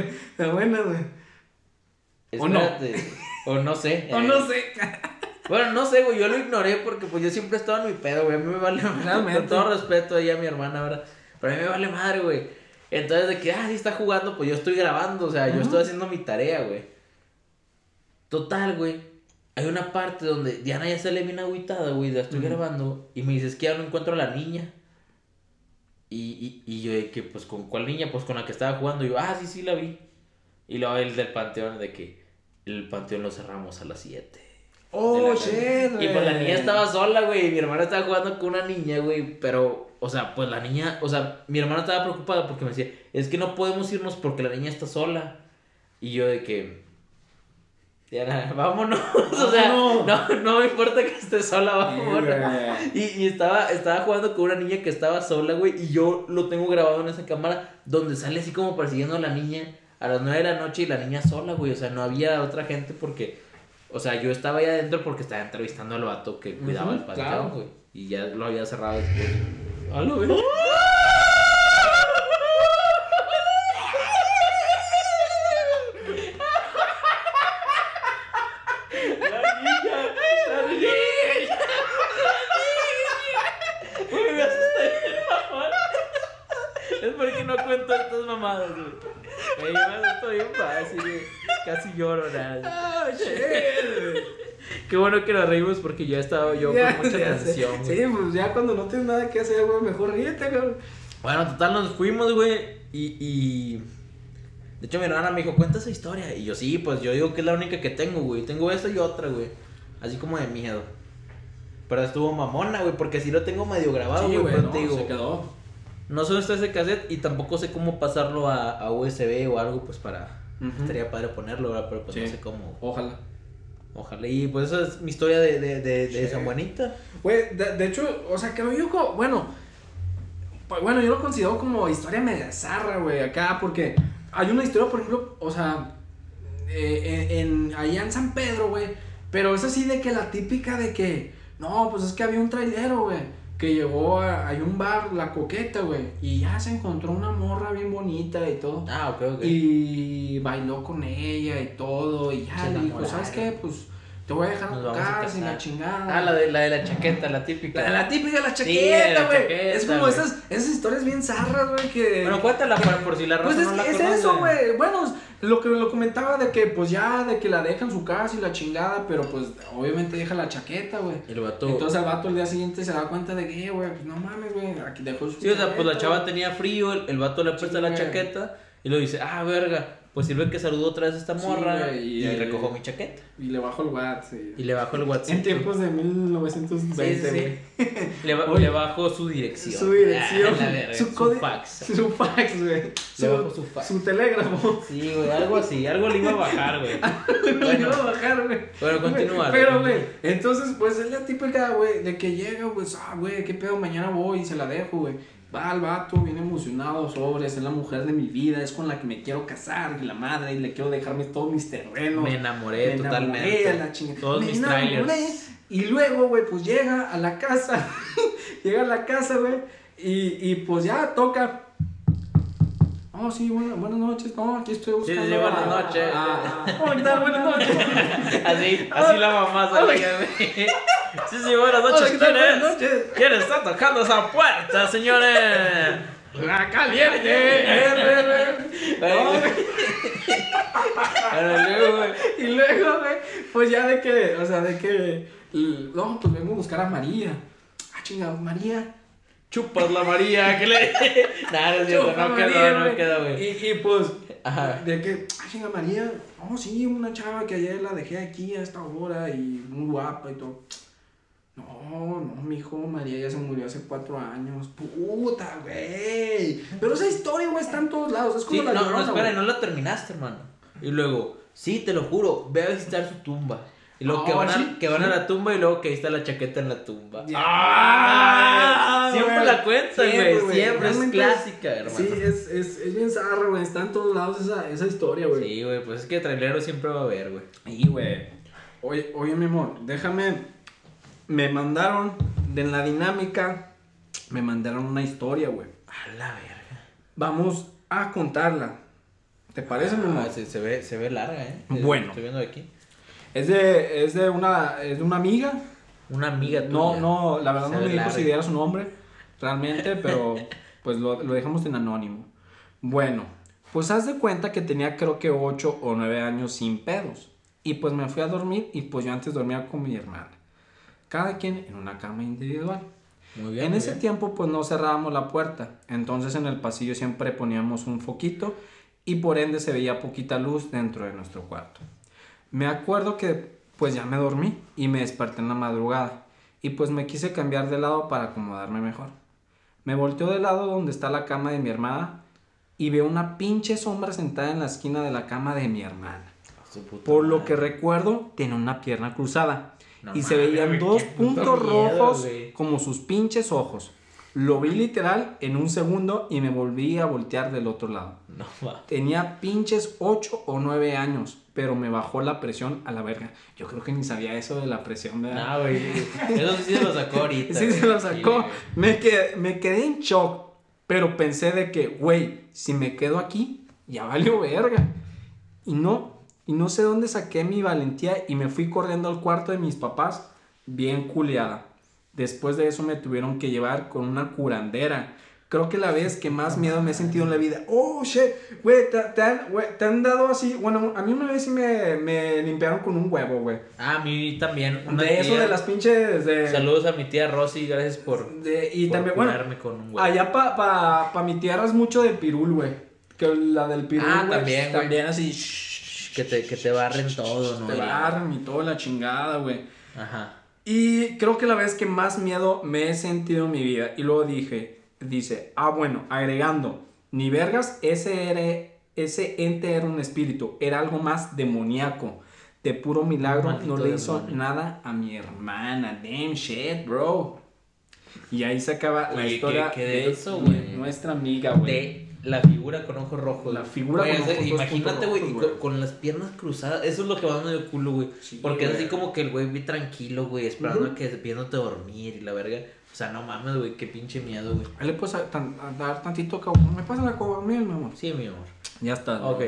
Espérate. O no sé. Bueno, no sé, güey, yo lo ignoré porque pues yo siempre estaba en mi pedo, güey. A mí me vale madre. Con todo respeto ahí a mi hermana, ¿verdad? Pero a mí me vale madre, güey. Entonces de que, sí está jugando, pues yo estoy grabando, o sea, yo estoy haciendo mi tarea, güey. Total, güey. Hay una parte donde Diana ya sale bien agüitada, güey, la estoy grabando. Y me dice, es que ya no encuentro a la niña. Y yo de que, pues, ¿con cuál niña? Pues con la que estaba jugando. Y yo, sí, la vi. Y luego el del panteón, de que el panteón lo cerramos a las 7. Oh, shit, güey. Y pues la niña estaba sola, güey. Y mi hermana estaba jugando con una niña, güey. Pero, o sea, pues la niña, o sea, mi hermana estaba preocupada porque me decía, es que no podemos irnos porque la niña está sola. Y yo de que, Diana, vámonos. O sea, no me importa que esté sola, vámonos. Y estaba jugando con una niña que estaba sola, güey. Y yo lo tengo grabado en esa cámara donde sale así como persiguiendo a la niña a las 9 de la noche y la niña sola, güey. O sea, no había otra gente porque, o sea, yo estaba ahí adentro porque estaba entrevistando al vato que cuidaba el panteón, güey. Y ya lo había cerrado después. ¡Halo, güey! Mamadas, güey. Yo me asusto bien fácil, güey. Casi lloro, nada. Oh, shit. Qué bueno que nos reímos porque ya estaba yo con mucha tensión, güey. Sí, pues ya cuando no tienes nada que hacer, güey, mejor ríete, güey. Bueno, total, nos fuimos, güey. Y de hecho mi hermana me dijo, cuenta esa historia. Y yo, sí, pues yo digo que es la única que tengo, güey. Tengo esta y otra, güey. Así como de miedo. Pero estuvo mamona, güey, porque sí lo tengo medio grabado, güey. Pero te digo, se quedó. No sé dónde está ese cassette y tampoco sé cómo pasarlo a USB o algo, pues para... Estaría padre ponerlo, ¿verdad? Pero pues no sé cómo. Ojalá. Y pues esa es mi historia de San Juanita. Güey, de hecho, o sea, creo yo como... Bueno, yo lo considero como historia media zarra, güey, acá, porque hay una historia, por ejemplo, o sea, allá en San Pedro, güey, pero es así de que la típica de que, no, pues es que había un trailero, güey, que llegó a un bar, La Coqueta, güey, y ya se encontró una morra bien bonita y todo. Ah, ok. Y bailó con ella y todo, y ya le dijo, ¿sabes qué? Pues te voy a dejar a tu casa y la chingada. Ah, la de la chaqueta, la típica. La típica, la chaqueta, güey. Sí, es como esas historias bien zarras, güey, que... Bueno, cuéntala por si la raza pues no la conoce. Pues es eso, güey. Bueno, lo que lo comentaba de que, pues ya, de que la deja en su casa y la chingada, pero pues obviamente deja la chaqueta, güey. El vato... Entonces el vato el día siguiente se da cuenta de que, güey, pues no mames, güey, aquí dejó su chaqueta. Sí, o sea, pues la chava tenía frío, el vato le presta la chaqueta y lo dice, verga. Pues sirve que saludó otra vez a esta morra y recogió mi chaqueta. Y le bajó el WhatsApp. Y le bajó el WhatsApp. En tiempos de 1920. Sí. Le bajó su dirección. Su dirección. Su fax. Su fax, güey. Le bajó su fax. Su telégrafo. Sí, güey, algo así. Algo le iba a bajar, güey. Le iba a bajar, güey. Bueno, continúa. Pero, güey, entonces, pues es la típica, güey, de que llega, pues, güey, qué pedo, mañana voy y se la dejo, güey. Va al vato, bien emocionado, sobres, es la mujer de mi vida, es con la que me quiero casar, y la madre, y le quiero dejarme todos mis terrenos. Me enamoré totalmente. La chingada. Todos mis trailers. Y luego, güey, pues llega a la casa, güey, y pues ya toca. Oh, sí, buenas noches. No, aquí estoy buscando. Sí, buenas noches. ¿Qué tal? Buenas noches. Así la mamá salía, güey. Sí, buenas noches. ¿Quién está tocando esa puerta, señores? ¡La caliente! Y luego, güey, pues ya de que, no, pues vengo a buscar a María. Chinga, María. Chupas la María, que le... Nada, no queda, güey. Y pues, de que, chinga, María, sí, una chava que ayer la dejé aquí a esta hora y muy guapa y todo. No, mijo, María ya se murió hace 4 años. Puta, güey. Pero esa historia, güey, está en todos lados. Es como no, espera, no la terminaste, hermano. Y luego, sí, te lo juro, ve a visitar su tumba. Y luego que van a la tumba y luego que ahí está la chaqueta en la tumba. Siempre la cuentan, güey. Siempre es clásica, hermano. Sí, es bien zarra, güey. Está en todos lados esa historia, güey. Sí, güey, pues es que trailero siempre va a haber, güey. Sí, güey. Oye, mi amor, déjame. Me mandaron de la dinámica. Me mandaron una historia, güey. A la verga. Vamos a contarla. ¿Te parece, mi amor? Se ve larga, Bueno. Estoy viendo aquí. Es de una amiga. Una amiga tuya. No, la verdad no me dijo si diera su nombre realmente, pero pues lo dejamos en anónimo. Bueno, pues haz de cuenta que tenía creo que 8 o 9 años sin pedos. Y pues me fui a dormir y pues yo antes dormía con mi hermana. Cada quien en una cama individual. Muy bien. En ese tiempo pues no cerrábamos la puerta. Entonces en el pasillo siempre poníamos un foquito y por ende se veía poquita luz dentro de nuestro cuarto. Me acuerdo que pues ya me dormí y me desperté en la madrugada y pues me quise cambiar de lado para acomodarme mejor. Me volteo del lado donde está la cama de mi hermana y veo una pinche sombra sentada en la esquina de la cama de mi hermana. Por lo que recuerdo, tenía una pierna cruzada y se veían 2 puntos rojos como sus pinches ojos. Lo vi literal en un segundo y me volví a voltear del otro lado. Tenía pinches 8 o 9 años, pero me bajó la presión a la verga. Yo creo que ni sabía eso de la presión, ¿verdad? No, güey. Eso sí se lo sacó ahorita. Sí, se lo sacó. Me quedé en shock, pero pensé de que, güey, si me quedo aquí, ya valió verga. Y no sé dónde saqué mi valentía y me fui corriendo al cuarto de mis papás, bien culeada. Después de eso me tuvieron que llevar con una curandera, creo que la vez que más miedo me he sentido en la vida. Oh, shit, güey, te han dado así. Bueno, a mí una vez sí me limpiaron con un huevo, güey. A mí también. Eso de las pinches. Saludos a mi tía Rosy, gracias por también, curarme con un huevo. Allá pa mi tierra es mucho de pirul, güey. Que la del pirul, güey. También así. Que te barren todo, ¿no? Te barren y todo, la chingada, güey. Ajá. Y creo que la vez que más miedo me he sentido en mi vida. Y luego dice, bueno, agregando, ni vergas, ese ente era un espíritu, era algo más demoníaco. De puro milagro no le hizo nada a mi hermana. Damn shit, bro. Y ahí se acaba la historia de eso, güey. Nuestra amiga, güey. De la figura con ojos rojos. La figura con ojos rojos. Imagínate, güey, con las piernas cruzadas. Eso es lo que más me dio culo, güey. Sí, porque es así como que el güey vi tranquilo, güey, esperando a que viéndote dormir y la verga. O sea, no mames, güey, qué pinche miedo, güey. Ahí le puedes dar tantito cabrón. ¿Me pasa la cobramiel, mi amor? Sí, mi amor. Ya está. Ok.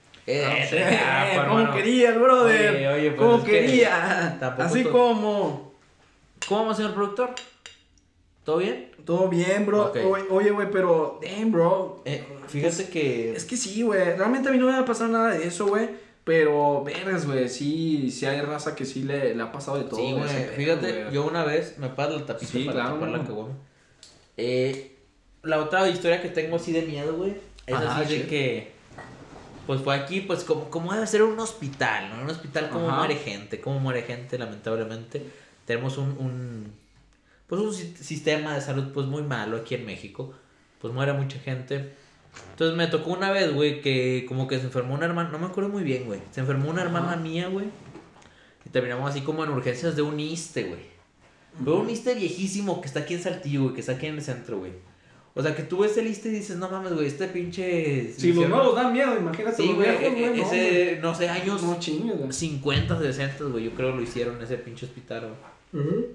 Como querías, brother. Oye, pues como quería. Así como. ¿Cómo vamos, señor productor? ¿Todo bien? Todo bien, bro. Okay. Oye, güey, pero... Damn, bro. Fíjate que... Es que sí, güey. Realmente a mí no me va a pasar nada de eso, güey. Pero, vergas, güey. Sí hay raza que sí le ha pasado de todo. Sí, güey. Fíjate, yo una vez... Me pasas la tapita para tapar la caguama. La otra historia que tengo así de miedo, güey. Es así de que... Pues fue aquí, pues como debe ser un hospital, ¿no? Un hospital como muere gente, lamentablemente. Tenemos un sistema de salud pues muy malo aquí en México. Pues muere mucha gente. Entonces me tocó una vez, güey, que como que se enfermó una hermana, no me acuerdo muy bien, güey. Se enfermó una hermana mía, güey. Y terminamos así como en urgencias de un ISSSTE, güey. Pero un ISSSTE viejísimo que está aquí en Saltillo, güey, que está aquí en el centro, güey. O sea, que tú ves el ISSSTE y dices, no mames, güey, este pinche... Si los nuevos dan miedo, imagínate. Sí, los güey, viejos, ese, no sé, años no, chingue, 50, 60, güey, yo creo lo hicieron ese pinche hospital, güey.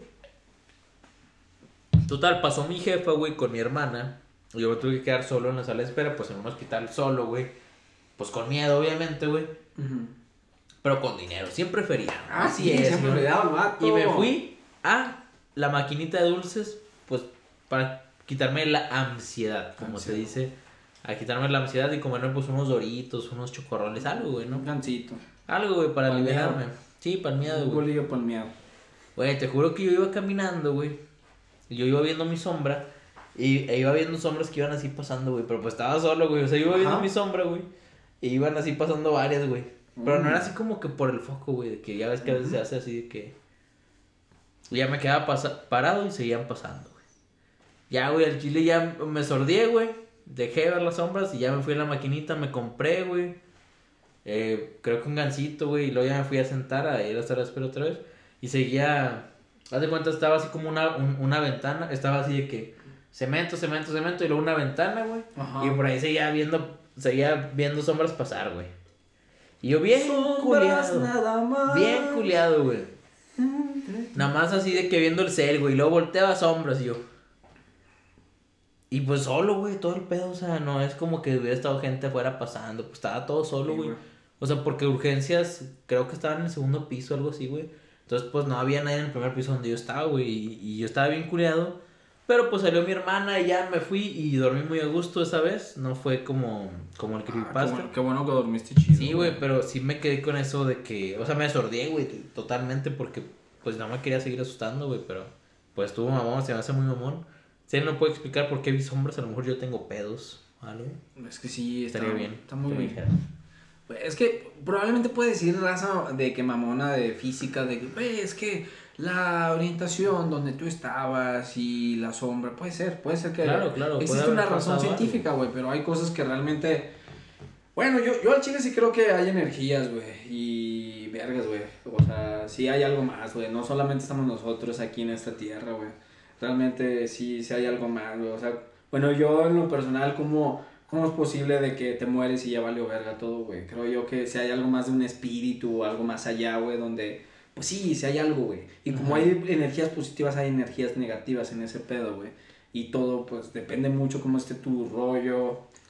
Total, pasó mi jefa, güey, con mi hermana. Y yo me tuve que quedar solo en la sala de espera, pues en un hospital solo, güey. Pues con miedo, obviamente, güey. Pero con dinero, siempre feria. Así es, siempre feria, vato. Y me fui a la maquinita de dulces, pues para quitarme la ansiedad, como se dice. A quitarme la ansiedad y comerme pues unos doritos, unos chocorroles, algo, güey, ¿no? Un gansito. Algo, güey, para liberarme. Sí, para el miedo, güey. Un bolillo para el miedo. Güey, te juro que yo iba caminando, güey. Yo iba viendo mi sombra. Y iba viendo sombras que iban así pasando, güey. Pero pues estaba solo, güey. O sea, yo iba viendo mi sombra, güey. Y iban así pasando varias, güey. Pero no era así como que por el foco, güey. De que ya ves que a veces se hace así de que... Ya me quedaba parado y seguían pasando, güey. Ya, güey, al chile ya me sordié, güey. Dejé ver las sombras y ya me fui a la maquinita. Me compré, güey. Creo que un gansito, güey. Y luego ya me fui a sentar a ir a estar a espera otra vez. Y seguía... Haz de cuenta, estaba así como una ventana. Estaba así de que cemento. Y luego una ventana, güey. Y por ahí seguía viendo sombras pasar, güey. Y yo bien culiado. Nada más. Bien culiado, güey. Nada más así de que viendo el cel, güey. Y luego volteaba sombras y yo. Y pues solo, güey, todo el pedo. O sea, no es como que hubiera estado gente afuera pasando. Pues estaba todo solo, güey. O sea, porque urgencias, creo que estaban en el segundo piso, algo así, güey. Entonces, pues, no había nadie en el primer piso donde yo estaba, güey. Y yo estaba bien culiado. Pero, pues, salió mi hermana y ya me fui y dormí muy a gusto esa vez. No fue como el creepypasta. Qué bueno que dormiste chido. Sí, güey, pero sí me quedé con eso de que... O sea, me asordé, güey, totalmente porque, pues, no me quería seguir asustando, güey. Pero, pues, estuvo mamón, se me hace muy mamón. Sí, no puedo explicar por qué vi sombras. A lo mejor yo tengo pedos, ¿vale? Es que sí, estaría bien. Está muy bien. Es que probablemente puede decir raza de que mamona de física, de que, es que la orientación donde tú estabas y la sombra, puede ser que claro, existe una razón científica, güey, pero hay cosas que realmente, bueno, yo al chile sí creo que hay energías, güey, y vergas, güey, o sea, sí hay algo más, güey, no solamente estamos nosotros aquí en esta tierra, güey, realmente sí hay algo más, güey, o sea, bueno, yo en lo personal, ¿Cómo es posible de que te mueres y ya valió verga todo, güey? Creo yo que si hay algo más de un espíritu o algo más allá, güey, donde... Pues sí hay algo, güey. Y como hay energías positivas, hay energías negativas en ese pedo, güey. Y todo, pues, depende mucho cómo esté tu rollo.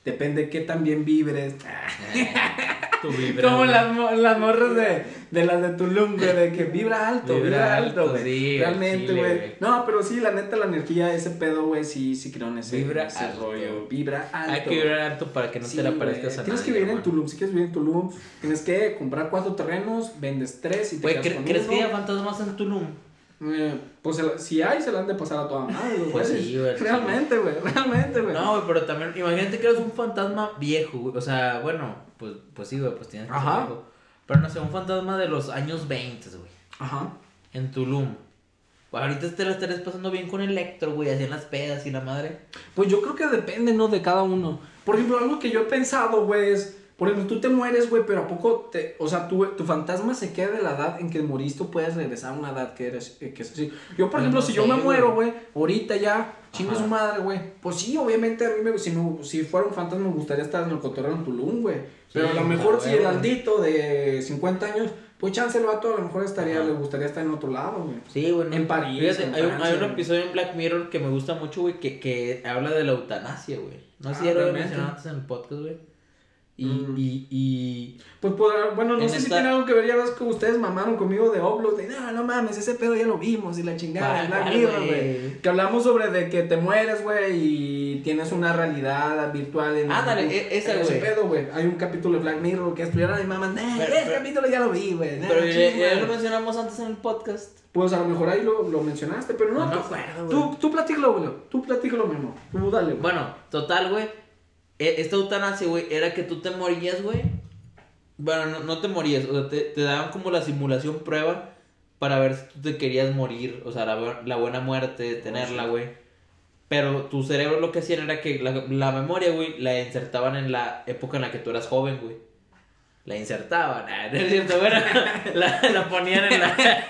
depende de qué tan bien vibres. Tu vibra. Como las morras de las de Tulum, güey, de que vibra alto, güey. Sí, realmente, güey. No, pero sí, la neta, la energía, ese pedo, güey, sí creo en ese rollo. Vibra alto. Hay que vibrar alto para que no te la parezcas a nadie. Tienes que vivir en Tulum, si quieres vivir en Tulum, tienes que comprar 4 terrenos, vendes 3 y te quedas con ¿Crees uno. que haya fantasmas en Tulum? Pues si hay, se la han de pasar a toda madre, güey. Pues sí, güey. Realmente, güey. No, güey, pero también, imagínate que eres un fantasma viejo, güey. O sea, bueno, pues sí, güey, pues tienes que ser viejo. Pero no sé, un fantasma de los años 20, güey. Ajá. En Tulum. Pues ahorita te la estarías pasando bien con Electro, güey, así en las pedas y la madre. Pues yo creo que depende, ¿no? De cada uno. Por ejemplo, algo que yo he pensado, güey, es... Por ejemplo, tú te mueres, güey, pero ¿a poco o sea, tu fantasma se queda de la edad en que moriste o puedes regresar a una edad que es así? Yo, por ejemplo, si yo me muero, güey, ahorita ya, chingue su madre, güey. Pues sí, obviamente a mí, si fuera un fantasma me gustaría estar en el cotorreo en Tulum, güey. Pero a lo mejor si el Aldito de 50 años, pues chance el vato a lo mejor le gustaría estar en otro lado, güey. Sí, güey. En París, fíjate, hay un episodio en Black Mirror que me gusta mucho, güey, que habla de la eutanasia, güey. No sé si ya lo había mencionado antes en el podcast, güey. Pues bueno, no sé si tiene algo que ver, ya ves que ustedes mamaron conmigo de Oblong, de no mames, ese pedo ya lo vimos y la chingada, Black Mirror, güey. Que hablamos sobre de que te mueres, güey, y tienes una realidad virtual en ese pedo, güey. Hay un capítulo de Black Mirror que estuvieron de mamá, ese capítulo ya lo vi, güey. Pero ya lo mencionamos antes en el podcast. Pues a lo mejor ahí lo mencionaste, pero no. Tú platícalo, güey. Tú platícalo, Memo. Tú dale, güey. Bueno, total, güey. Esta eutanasia, güey, era que tú te morías, güey. Bueno, no te morías, o sea, te daban como la simulación prueba para ver si tú te querías morir, o sea, la buena muerte, tenerla, güey. Pero tu cerebro lo que hacían era que la memoria, güey, la insertaban en la época en la que tú eras joven, güey. La insertaban, no es cierto, bueno, la ponían en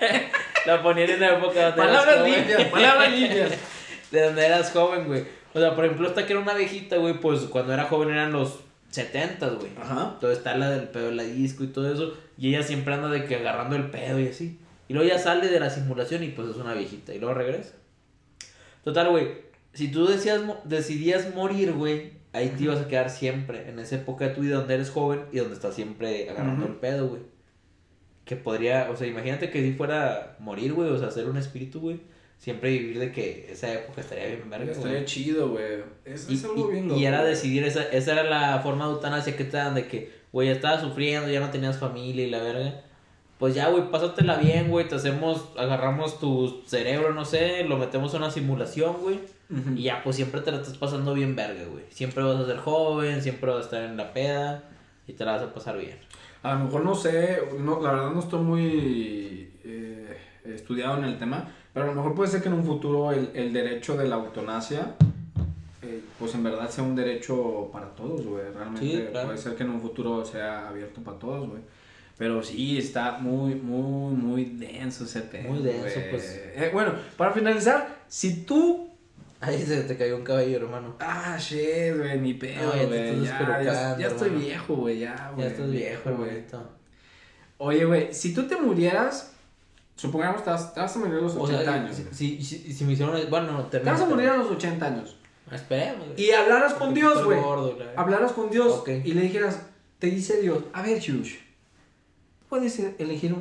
la ponían en la época donde eras joven. Palabras limpias. De donde eras joven, güey. O sea, por ejemplo, esta que era una viejita, güey, pues cuando era joven eran los 70s, güey. Ajá. Entonces está la del pedo de la disco y todo eso. Y ella siempre anda de que agarrando el pedo y así. Y luego ya sale de la simulación y pues es una viejita. Y luego regresa. Total, güey. Si tú decidías morir, güey, ahí te ibas a quedar siempre. En esa época de tu vida donde eres joven y donde estás siempre agarrando el pedo, güey. Que podría, o sea, imagínate que si fuera morir, güey, o sea, ser un espíritu, güey. Siempre vivir de que esa época estaría bien verga, estaría chido, güey. Es algo bien loco. Y era decidir, esa era la forma de eutanasia que te dan de que, güey, ya estabas sufriendo, ya no tenías familia y la verga. Pues ya, güey, pásatela bien, güey, agarramos tu cerebro, no sé, lo metemos en una simulación, güey. Y ya, pues siempre te la estás pasando bien verga, güey. Siempre vas a ser joven, siempre vas a estar en la peda y te la vas a pasar bien. A lo mejor no sé, la verdad no estoy muy estudiado en el tema. Pero a lo mejor puede ser que en un futuro el derecho de la eutanasia, pues en verdad sea un derecho para todos, güey. Realmente sí, claro. Puede ser que en un futuro sea abierto para todos, güey. Pero sí, está muy denso ese pedo. Muy denso, pues. Bueno, para finalizar, si tú... Ahí se te cayó un cabello, hermano. Shit, güey, ni pedo, güey. Ya estoy viejo, güey, ya, güey. Ya estás viejo, güey. Oye, güey, si tú te murieras... Supongamos te vas a morir a los 80 años. Si me hicieron... Bueno, te vas a morir a los 80 años. Esperemos. Y hablaras con Dios, güey. Hablaras con Dios y le dijeras... Te dice Dios... A ver, Chush. Puedes elegir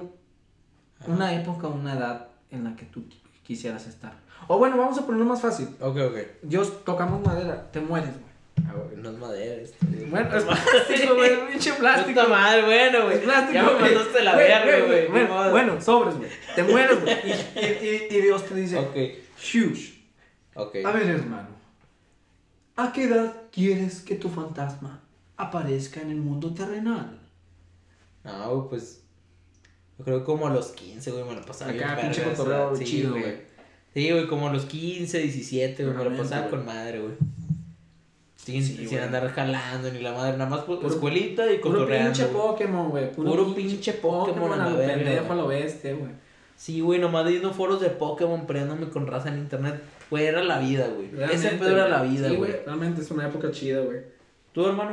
una época o una edad en la que tú quisieras estar. O bueno, vamos a ponerlo más fácil. Ok. Dios, tocamos madera. Te mueres, güey. No es madera Bueno, es plástico, güey, pinche plástico. Puta madre, bueno, güey. Es plástico, ya me mandaste la verga, güey. Bueno, sobres, güey. Te mueres, güey. Y Dios te dice, Shush. A ver, hermano. ¿A qué edad quieres que tu fantasma aparezca en el mundo terrenal? No, pues... Yo creo que como a los 15, güey, me lo pasaba bien. Acá, pinche cotorreo chido, güey. Sí, güey, como a los 15, 17, güey, me lo pasaba con madre, güey. Sin andar jalando ni la madre, nada más escuelita y cotorreando. Puro pinche Pokémon, güey. Puro pinche Pokémon a lo pendejo, a lo bestia, güey. Sí, güey, nomás viendo foros de Pokémon, peleándome con raza en internet. Güey, era la vida, güey. Ese pedo era la vida, güey. Sí, realmente es una época chida, güey. ¿Tú, hermano?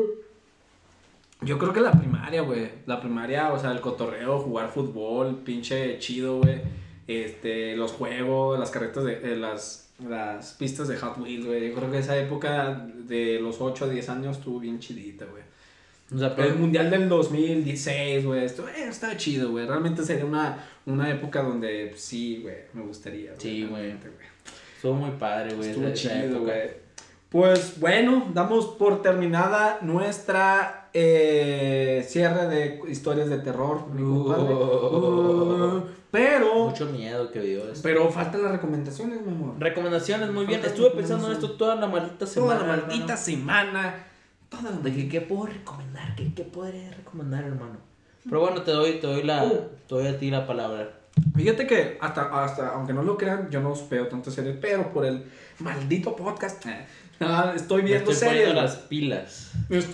Yo creo que la primaria, güey. La primaria, o sea, el cotorreo, jugar fútbol, pinche chido, güey. Los juegos, las carretas de... las pistas de Hot Wheels, güey. Yo creo que esa época de los 8 a 10 años estuvo bien chidita, güey. O sea, pero el mundial del 2016, güey, estaba chido, güey. Realmente sería una época donde pues, sí, güey, me gustaría. Sí, güey. Estuvo muy padre, güey. Estuvo chido, güey. Pues bueno, damos por terminada nuestra cierre de historias de terror, mi compadre. Pero mucho miedo que vio esto. Pero faltan las recomendaciones, mi amor. Recomendaciones, muy bien. Estuve pensando en esto toda la maldita semana. Toda la maldita semana. De que qué puedo recomendar, qué podría recomendar, hermano. Pero bueno, te doy a ti la palabra. Fíjate que hasta aunque no lo crean, yo no veo tantas series, pero por el maldito podcast estoy viendo series. Estoy poniendo las pilas.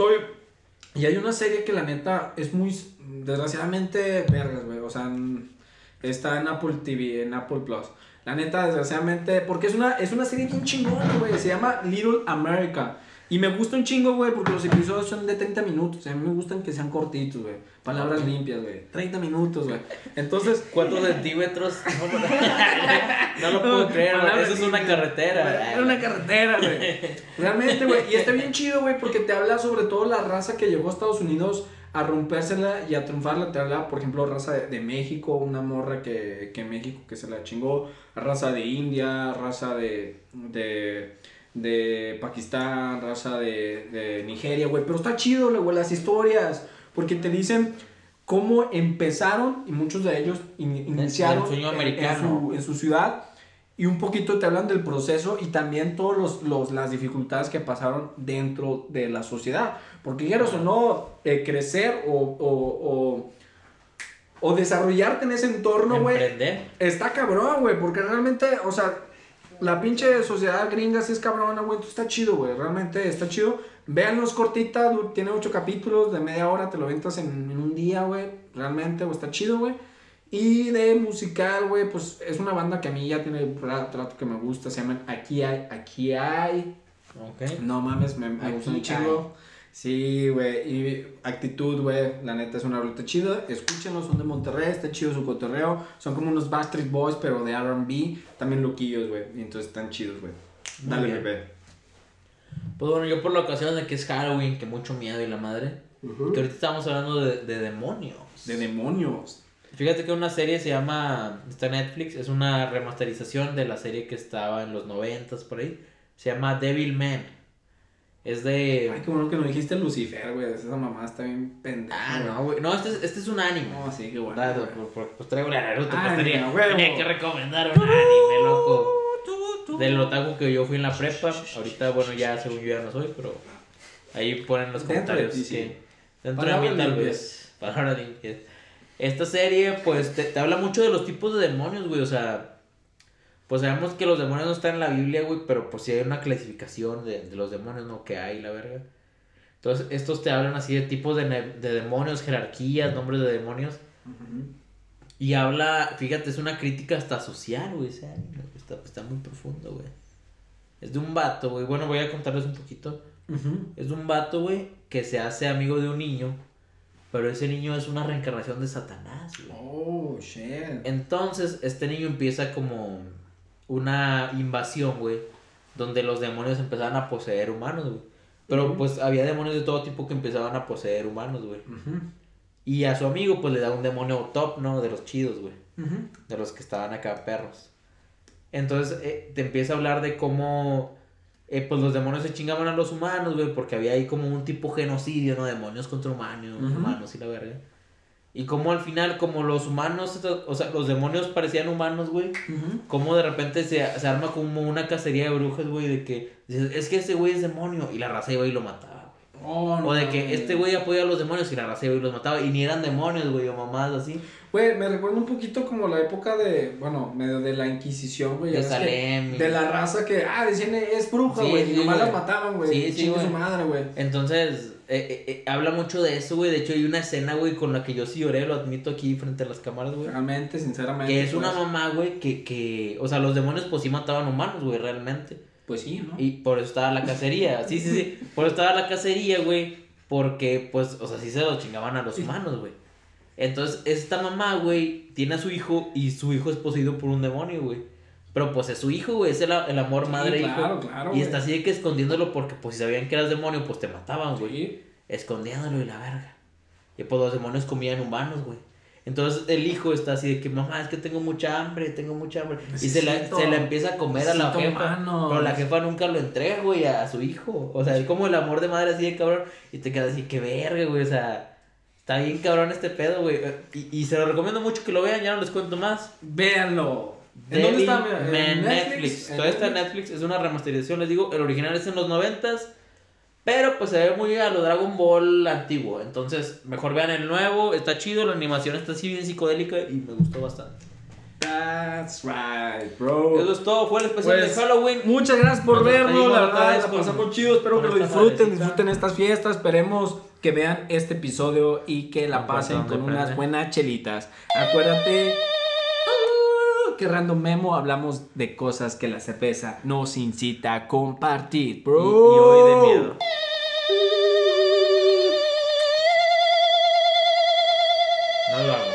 Y hay una serie que la neta es muy desgraciadamente vergas, güey. O sea, está en Apple TV, en Apple Plus. La neta, desgraciadamente, porque es una serie bien chingona, güey. Se llama Little America. Y me gusta un chingo, güey, porque los episodios son de 30 minutos. A mí me gustan que sean cortitos, güey. Palabras limpias, güey. 30 minutos, güey. Entonces, ¿cuántos centímetros? No lo puedo creer, güey. Eso es una carretera. Es una carretera, güey. Realmente, güey. Y está bien chido, güey, porque te habla sobre todo la raza que llegó a Estados Unidos a rompérsela y a triunfarla. Te habla, por ejemplo, raza de México, una morra que México que se la chingó. Raza de India, raza de Pakistán, raza de Nigeria, güey. Pero está chido, güey, las historias. Porque te dicen cómo empezaron y muchos de ellos iniciaron en su ciudad. Y un poquito te hablan del proceso y también todas las dificultades que pasaron dentro de la sociedad. Porque quieras o no, crecer o desarrollarte en ese entorno, güey. Está cabrón, güey. Porque realmente, o sea, la pinche sociedad gringa sí es cabrona, güey. Entonces está chido, güey. Realmente está chido. Véanlo, es cortita. Tiene 8 capítulos de media hora. Te lo ventas en un día, güey. Realmente, güey, está chido, güey. Y de musical, güey, pues es una banda que a mí ya tiene rato que me gusta. Se llaman Aquí Hay. Ok. No mames, me gusta un chingo. Sí, güey. Y Actitud, güey. La neta es una rolita chida. Escúchenlo, son de Monterrey. Está chido su cotorreo. Son como unos Backstreet Boys, pero de R&B. También loquillos, güey. Y entonces están chidos, güey. Dale, bebé. Pues bueno, yo por la ocasión de que es Halloween, que mucho miedo y la madre. Que ahorita estamos hablando de demonios. De demonios. Fíjate que una serie se llama, está en Netflix, es una remasterización de la serie que estaba en los 90s por ahí. Se llama Devilman. Es de... Ay, qué bueno que no dijiste Lucifer, güey. Esa mamá está bien pendeja. Ah, no, güey. No, este es un anime. No, sí, qué bueno. Pues traigo la Naruto. Tenía que recomendar un anime, loco. Del otaku que yo fui en la prepa. Ahorita, bueno, ya según yo ya no soy, pero ahí ponen los comentarios. Dentro de mí tal vez. Palabras limpias. Esta serie, pues, te habla mucho de los tipos de demonios, güey, o sea, pues sabemos que los demonios no están en la Biblia, güey, pero pues sí hay una clasificación de los demonios, ¿no? Que hay, la verga. Entonces, estos te hablan así de tipos de demonios, jerarquías, nombres de demonios. Y habla, fíjate, es una crítica hasta social, güey, ese anime, está muy profundo, güey. Es de un vato, güey, bueno, voy a contarles un poquito. Es de un vato, güey, que se hace amigo de un niño. Pero ese niño es una reencarnación de Satanás, güey. Oh, shit. Entonces, este niño empieza como una invasión, güey. Donde los demonios empezaban a poseer humanos, güey. Pero pues había demonios de todo tipo que empezaban a poseer humanos, güey. Y a su amigo, pues le da un demonio top, ¿no? De los chidos, güey. De los que estaban acá perros. Entonces, te empieza a hablar de cómo... pues los demonios se chingaban a los humanos, güey, porque había ahí como un tipo genocidio, ¿no? Demonios contra humanos y la verga. Y como al final, como los humanos, o sea, los demonios parecían humanos, güey. Como de repente se arma como una cacería de brujas, güey, de que es que ese güey es demonio y la raza iba y lo mataba, güey. O de que este güey apoya a los demonios y la raza iba y los mataba y ni eran demonios, güey, o mamadas así. Güey, me recuerda un poquito como la época de, bueno, medio de la Inquisición, güey. De Salem. De la raza que, decían es bruja, güey, y nomás las mataban, güey. Sí, su madre, güey. Entonces, habla mucho de eso, güey. De hecho, hay una escena, güey, con la que yo sí lloré, lo admito aquí frente a las cámaras, güey. Realmente, sinceramente. Que es una mamá, güey, que, o sea, los demonios pues sí mataban humanos, güey, realmente. Pues sí, ¿no? Y por eso estaba la cacería, sí. Por eso estaba la cacería, güey, porque, pues, o sea, sí se los chingaban a los humanos, güey. Entonces, esta mamá, güey, tiene a su hijo y su hijo es poseído por un demonio, güey. Pero pues es su hijo, güey, es el amor madre-hijo. Claro, y está así de que escondiéndolo porque pues si sabían que eras demonio, pues te mataban, güey. Sí. Escondiéndolo y la verga. Y pues los demonios comían humanos, güey. Entonces el hijo está así de que, mamá, es que tengo mucha hambre. Y se la empieza a comer a la jefa. Pero la jefa nunca lo entrega, güey, a su hijo. O sea, es como el amor de madre así de cabrón. Y te quedas así, qué verga, güey, o sea... Está bien cabrón este pedo, güey. Y se lo recomiendo mucho que lo vean, ya no les cuento más. Véanlo. ¿En dónde está? En Netflix. Todavía está en Netflix. Es una remasterización, les digo. El original es en los 90s. Pero pues se ve muy a lo Dragon Ball antiguo. Entonces, mejor vean el nuevo. Está chido, la animación está así bien psicodélica y me gustó bastante. That's right, bro. Eso es todo, fue el especial de Halloween. Muchas gracias por vernos, la verdad, la pasamos chido. Espero que lo disfruten estas fiestas. Esperemos que vean este episodio y que la pasen con unas buenas chelitas. Acuérdate que Random Memo hablamos de cosas que la cerveza nos incita a compartir, bro. Y hoy de miedo. No lo hago.